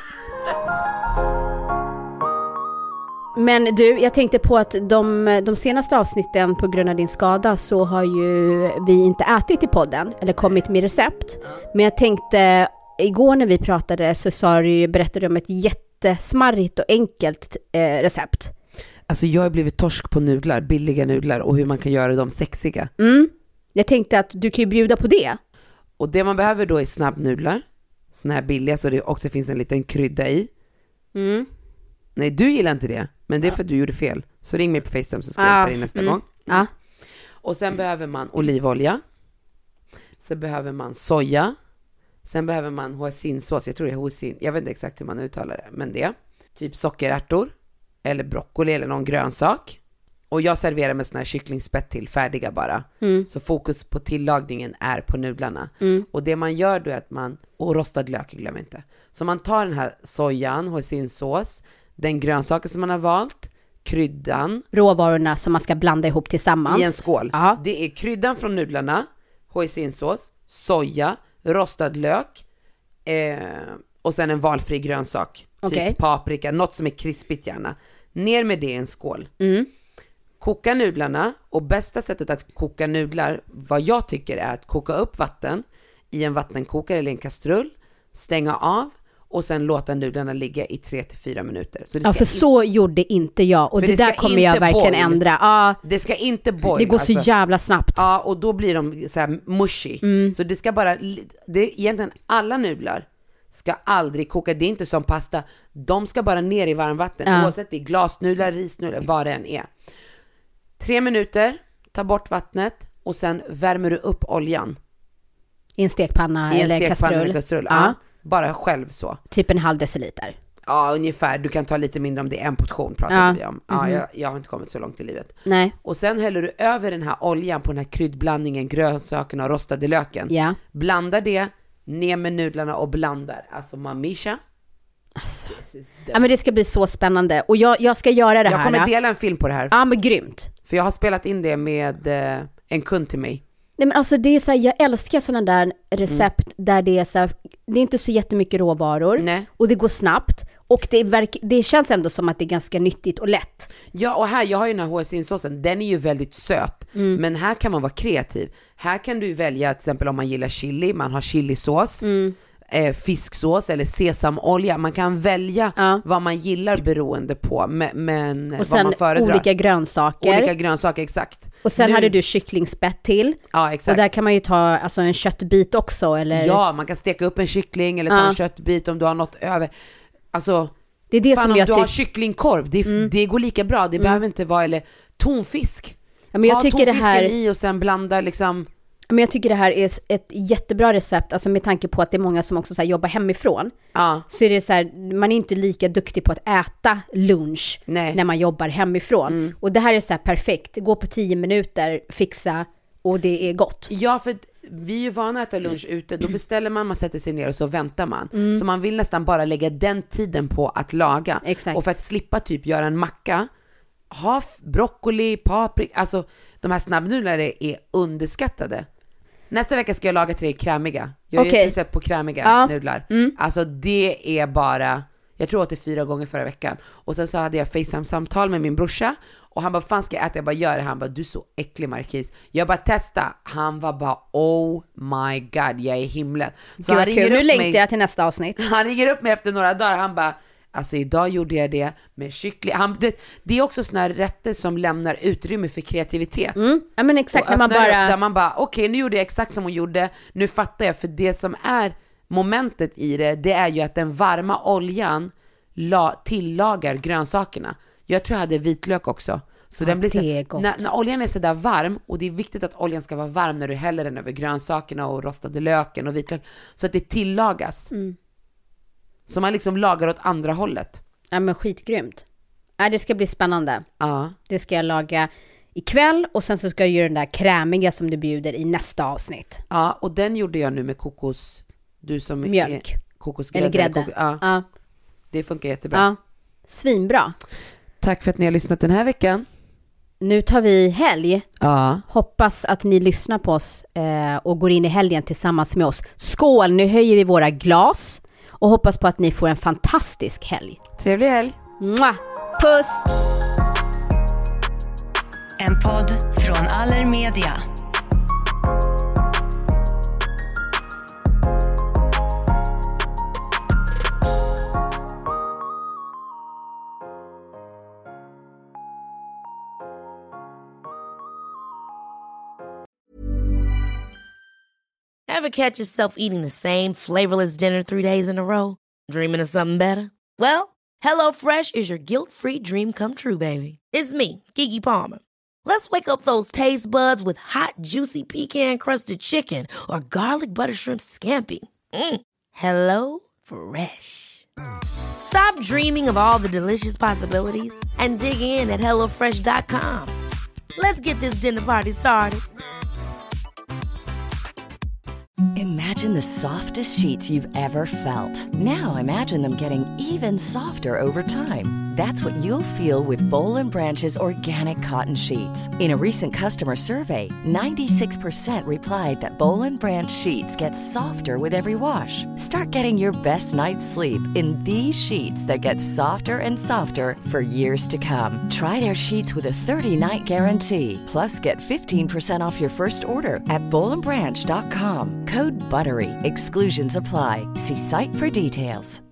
Men du, jag tänkte på att de senaste avsnitten på grund av din skada så har ju vi inte ätit i podden eller kommit med recept. Men jag tänkte, igår när vi pratade så berättade du om ett jättesmarrigt och enkelt recept. Alltså jag har blivit torsk på nudlar, billiga nudlar och hur man kan göra dem sexiga. Jag tänkte att du kan ju bjuda på det. Och det man behöver då är snabbnudlar, såna här billiga så det också finns en liten krydda i. Nej, du gillar inte det. Men det är för att du gjorde fel. Så ring mig på FaceTime så ska jag hjälpa dig nästa gång. Och sen behöver man olivolja. Sen behöver man soja. Sen behöver man hoisinsås. Jag tror det är hoisin. Jag vet inte exakt hur man uttalar det. Men det. Typ sockerärtor. Eller broccoli eller någon grönsak. Och jag serverar med såna här kycklingspett till. Färdiga bara. Så fokus på tillagningen är på nudlarna. Och det man gör då är att man... Och rostad lök, glöm inte. Så man tar den här sojan, hoisinsås, den grönsaken som man har valt, kryddan, råvarorna som man ska blanda ihop tillsammans i en skål. Det är kryddan från nudlarna, hoisinsås, soja, rostad lök och sen en valfri grönsak. Okej. Typ paprika, något som är krispigt gärna. Ner med det i en skål. Koka nudlarna, och bästa sättet att koka nudlar, vad jag tycker, är att koka upp vatten i en vattenkokare eller en kastrull, stänga av och sen låta nudlarna ligga i 3-4 minuter. Så det ska för så gjorde inte jag, och För det det där ska kommer jag inte verkligen boil. ändra. Ja, det ska inte boil. det går så jävla snabbt. Ja, och då blir de så här mushy. Så det ska bara, det är egentligen alla nudlar ska aldrig koka. Det är inte som pasta. De ska bara ner i varmvatten. Oavsett det är glasnudlar, risnudlar, vad det än är. 3 minuter, ta bort vattnet och sen värmer du upp oljan. I en stekpanna I en eller stekpanna eller kastrull. Ja. Bara själv så. Typ en halv deciliter. Ja, ungefär. Du kan ta lite mindre om det är en portion, pratar vi om. Ja, jag har inte kommit så långt i livet. Nej. Och sen häller du över den här oljan på den här kryddblandningen, grönsakerna och rostade löken. Ja. Blandar det, ner med nudlarna och blandar. Alltså mamisha. Alltså. Ja, men det ska bli så spännande. Och jag ska göra det här. Jag kommer dela en film på det här. Ja, men grymt. För jag har spelat in det med en kund till mig. Nej, men alltså det är så här, jag älskar sådana där recept där det är så här, det är inte så jättemycket råvaror. Nej. Och det går snabbt. Och det känns ändå som att det är ganska nyttigt och lätt. Ja, och här, jag har ju den här hoisin-såsen, den är ju väldigt söt. Men här kan man vara kreativ. Här kan du välja, till exempel om man gillar chili, man har chilisås, fisksås eller sesamolja. Man kan välja vad man gillar beroende på, men Och vad sen man föredrar. olika grönsaker. Olika grönsaker, exakt. Och sen hade du kycklingspett till. Ja, exakt. Och där kan man ju ta alltså, en köttbit också. Eller... Ja, man kan steka upp en kyckling eller ta en köttbit om du har något över. Alltså, det är det som om jag du har kycklingkorv, det går lika bra. Det behöver inte vara, eller tonfisk. Ja, men jag ha tycker tonfisken det här... i och sen blanda liksom. Men jag tycker det här är ett jättebra recept, alltså med tanke på att det är många som också så här jobbar hemifrån. Ja. Så är det så här, man är inte lika duktig på att äta lunch när man jobbar hemifrån. Och det här är så här perfekt. Gå på 10 minuter, fixa och det är gott. Ja, för vi är ju vana att äta lunch ute. Då beställer man sätter sig ner och så väntar man. Så man vill nästan bara lägga den tiden på att laga. Exakt. Och för att slippa typ göra en macka, ha broccoli, paprika, alltså de här snabbnudlarna är underskattade. Nästa vecka ska jag laga till dig krämiga. Jag har ju ett recept på krämiga nudlar. Alltså det är bara, jag tror att det är 4 gånger förra veckan. Och sen så hade jag FaceTime-samtal med min brorsa. Och han bara, fan ska jag äta? Jag bara, gör det. Han bara, du är så äcklig, Marquis. Jag bara, testa. Han var bara, oh my god, jag är i himlen. Så Gud, han ringer nu upp längtar mig. jag till nästa avsnitt. Han ringer upp mig efter några dagar. Han bara, alltså idag gjorde jag det med kyckling. Det är också såna här rätter som lämnar utrymme för kreativitet. Ja, men exakt, när Och man öppnar bara... upp där man bara, okej, nu gjorde jag exakt som hon gjorde. Nu fattar jag, för det som är momentet i det är ju att den varma oljan tillagar grönsakerna. Jag tror jag hade vitlök också. Så den blir det är gott. När oljan är så där varm, och det är viktigt att oljan ska vara varm när du häller den över grönsakerna och rostade löken och vitlök, så att det tillagas. Så man liksom lagar åt andra hållet. Ja, men skitgrymt. Ja, det ska bli spännande. Ja. Det ska jag laga ikväll, och sen så ska jag göra den där krämiga som du bjuder i nästa avsnitt. Ja, och den gjorde jag nu med kokos. Du som mjölk. Är kokosgrädde. Eller grädde. Ja. Det funkar jättebra. Ja. Svinbra. Tack för att ni har lyssnat den här veckan. Nu tar vi helg. Ja. Hoppas att ni lyssnar på oss och går in i helgen tillsammans med oss. Skål, nu höjer vi våra glas och hoppas på att ni får en fantastisk helg. Trevlig helg. Mwah! Puss! En podd från Allermedia. Ever catch yourself eating the same flavorless dinner 3 days in a row? Dreaming of something better? Well, HelloFresh is your guilt-free dream come true, baby. It's me, Keke Palmer. Let's wake up those taste buds with hot, juicy pecan-crusted chicken or garlic butter shrimp scampi. Hello Fresh. Stop dreaming of all the delicious possibilities and dig in at HelloFresh.com. Let's get this dinner party started. Imagine the softest sheets you've ever felt. Now imagine them getting even softer over time. That's what you'll feel with Bowl & Branch's organic cotton sheets. In a recent customer survey, 96% replied that Bowl & Branch sheets get softer with every wash. Start getting your best night's sleep in these sheets that get softer and softer for years to come. Try their sheets with a 30-night guarantee. Plus, get 15% off your first order at bowlandbranch.com. Code BUTTERY. Exclusions apply. See site for details.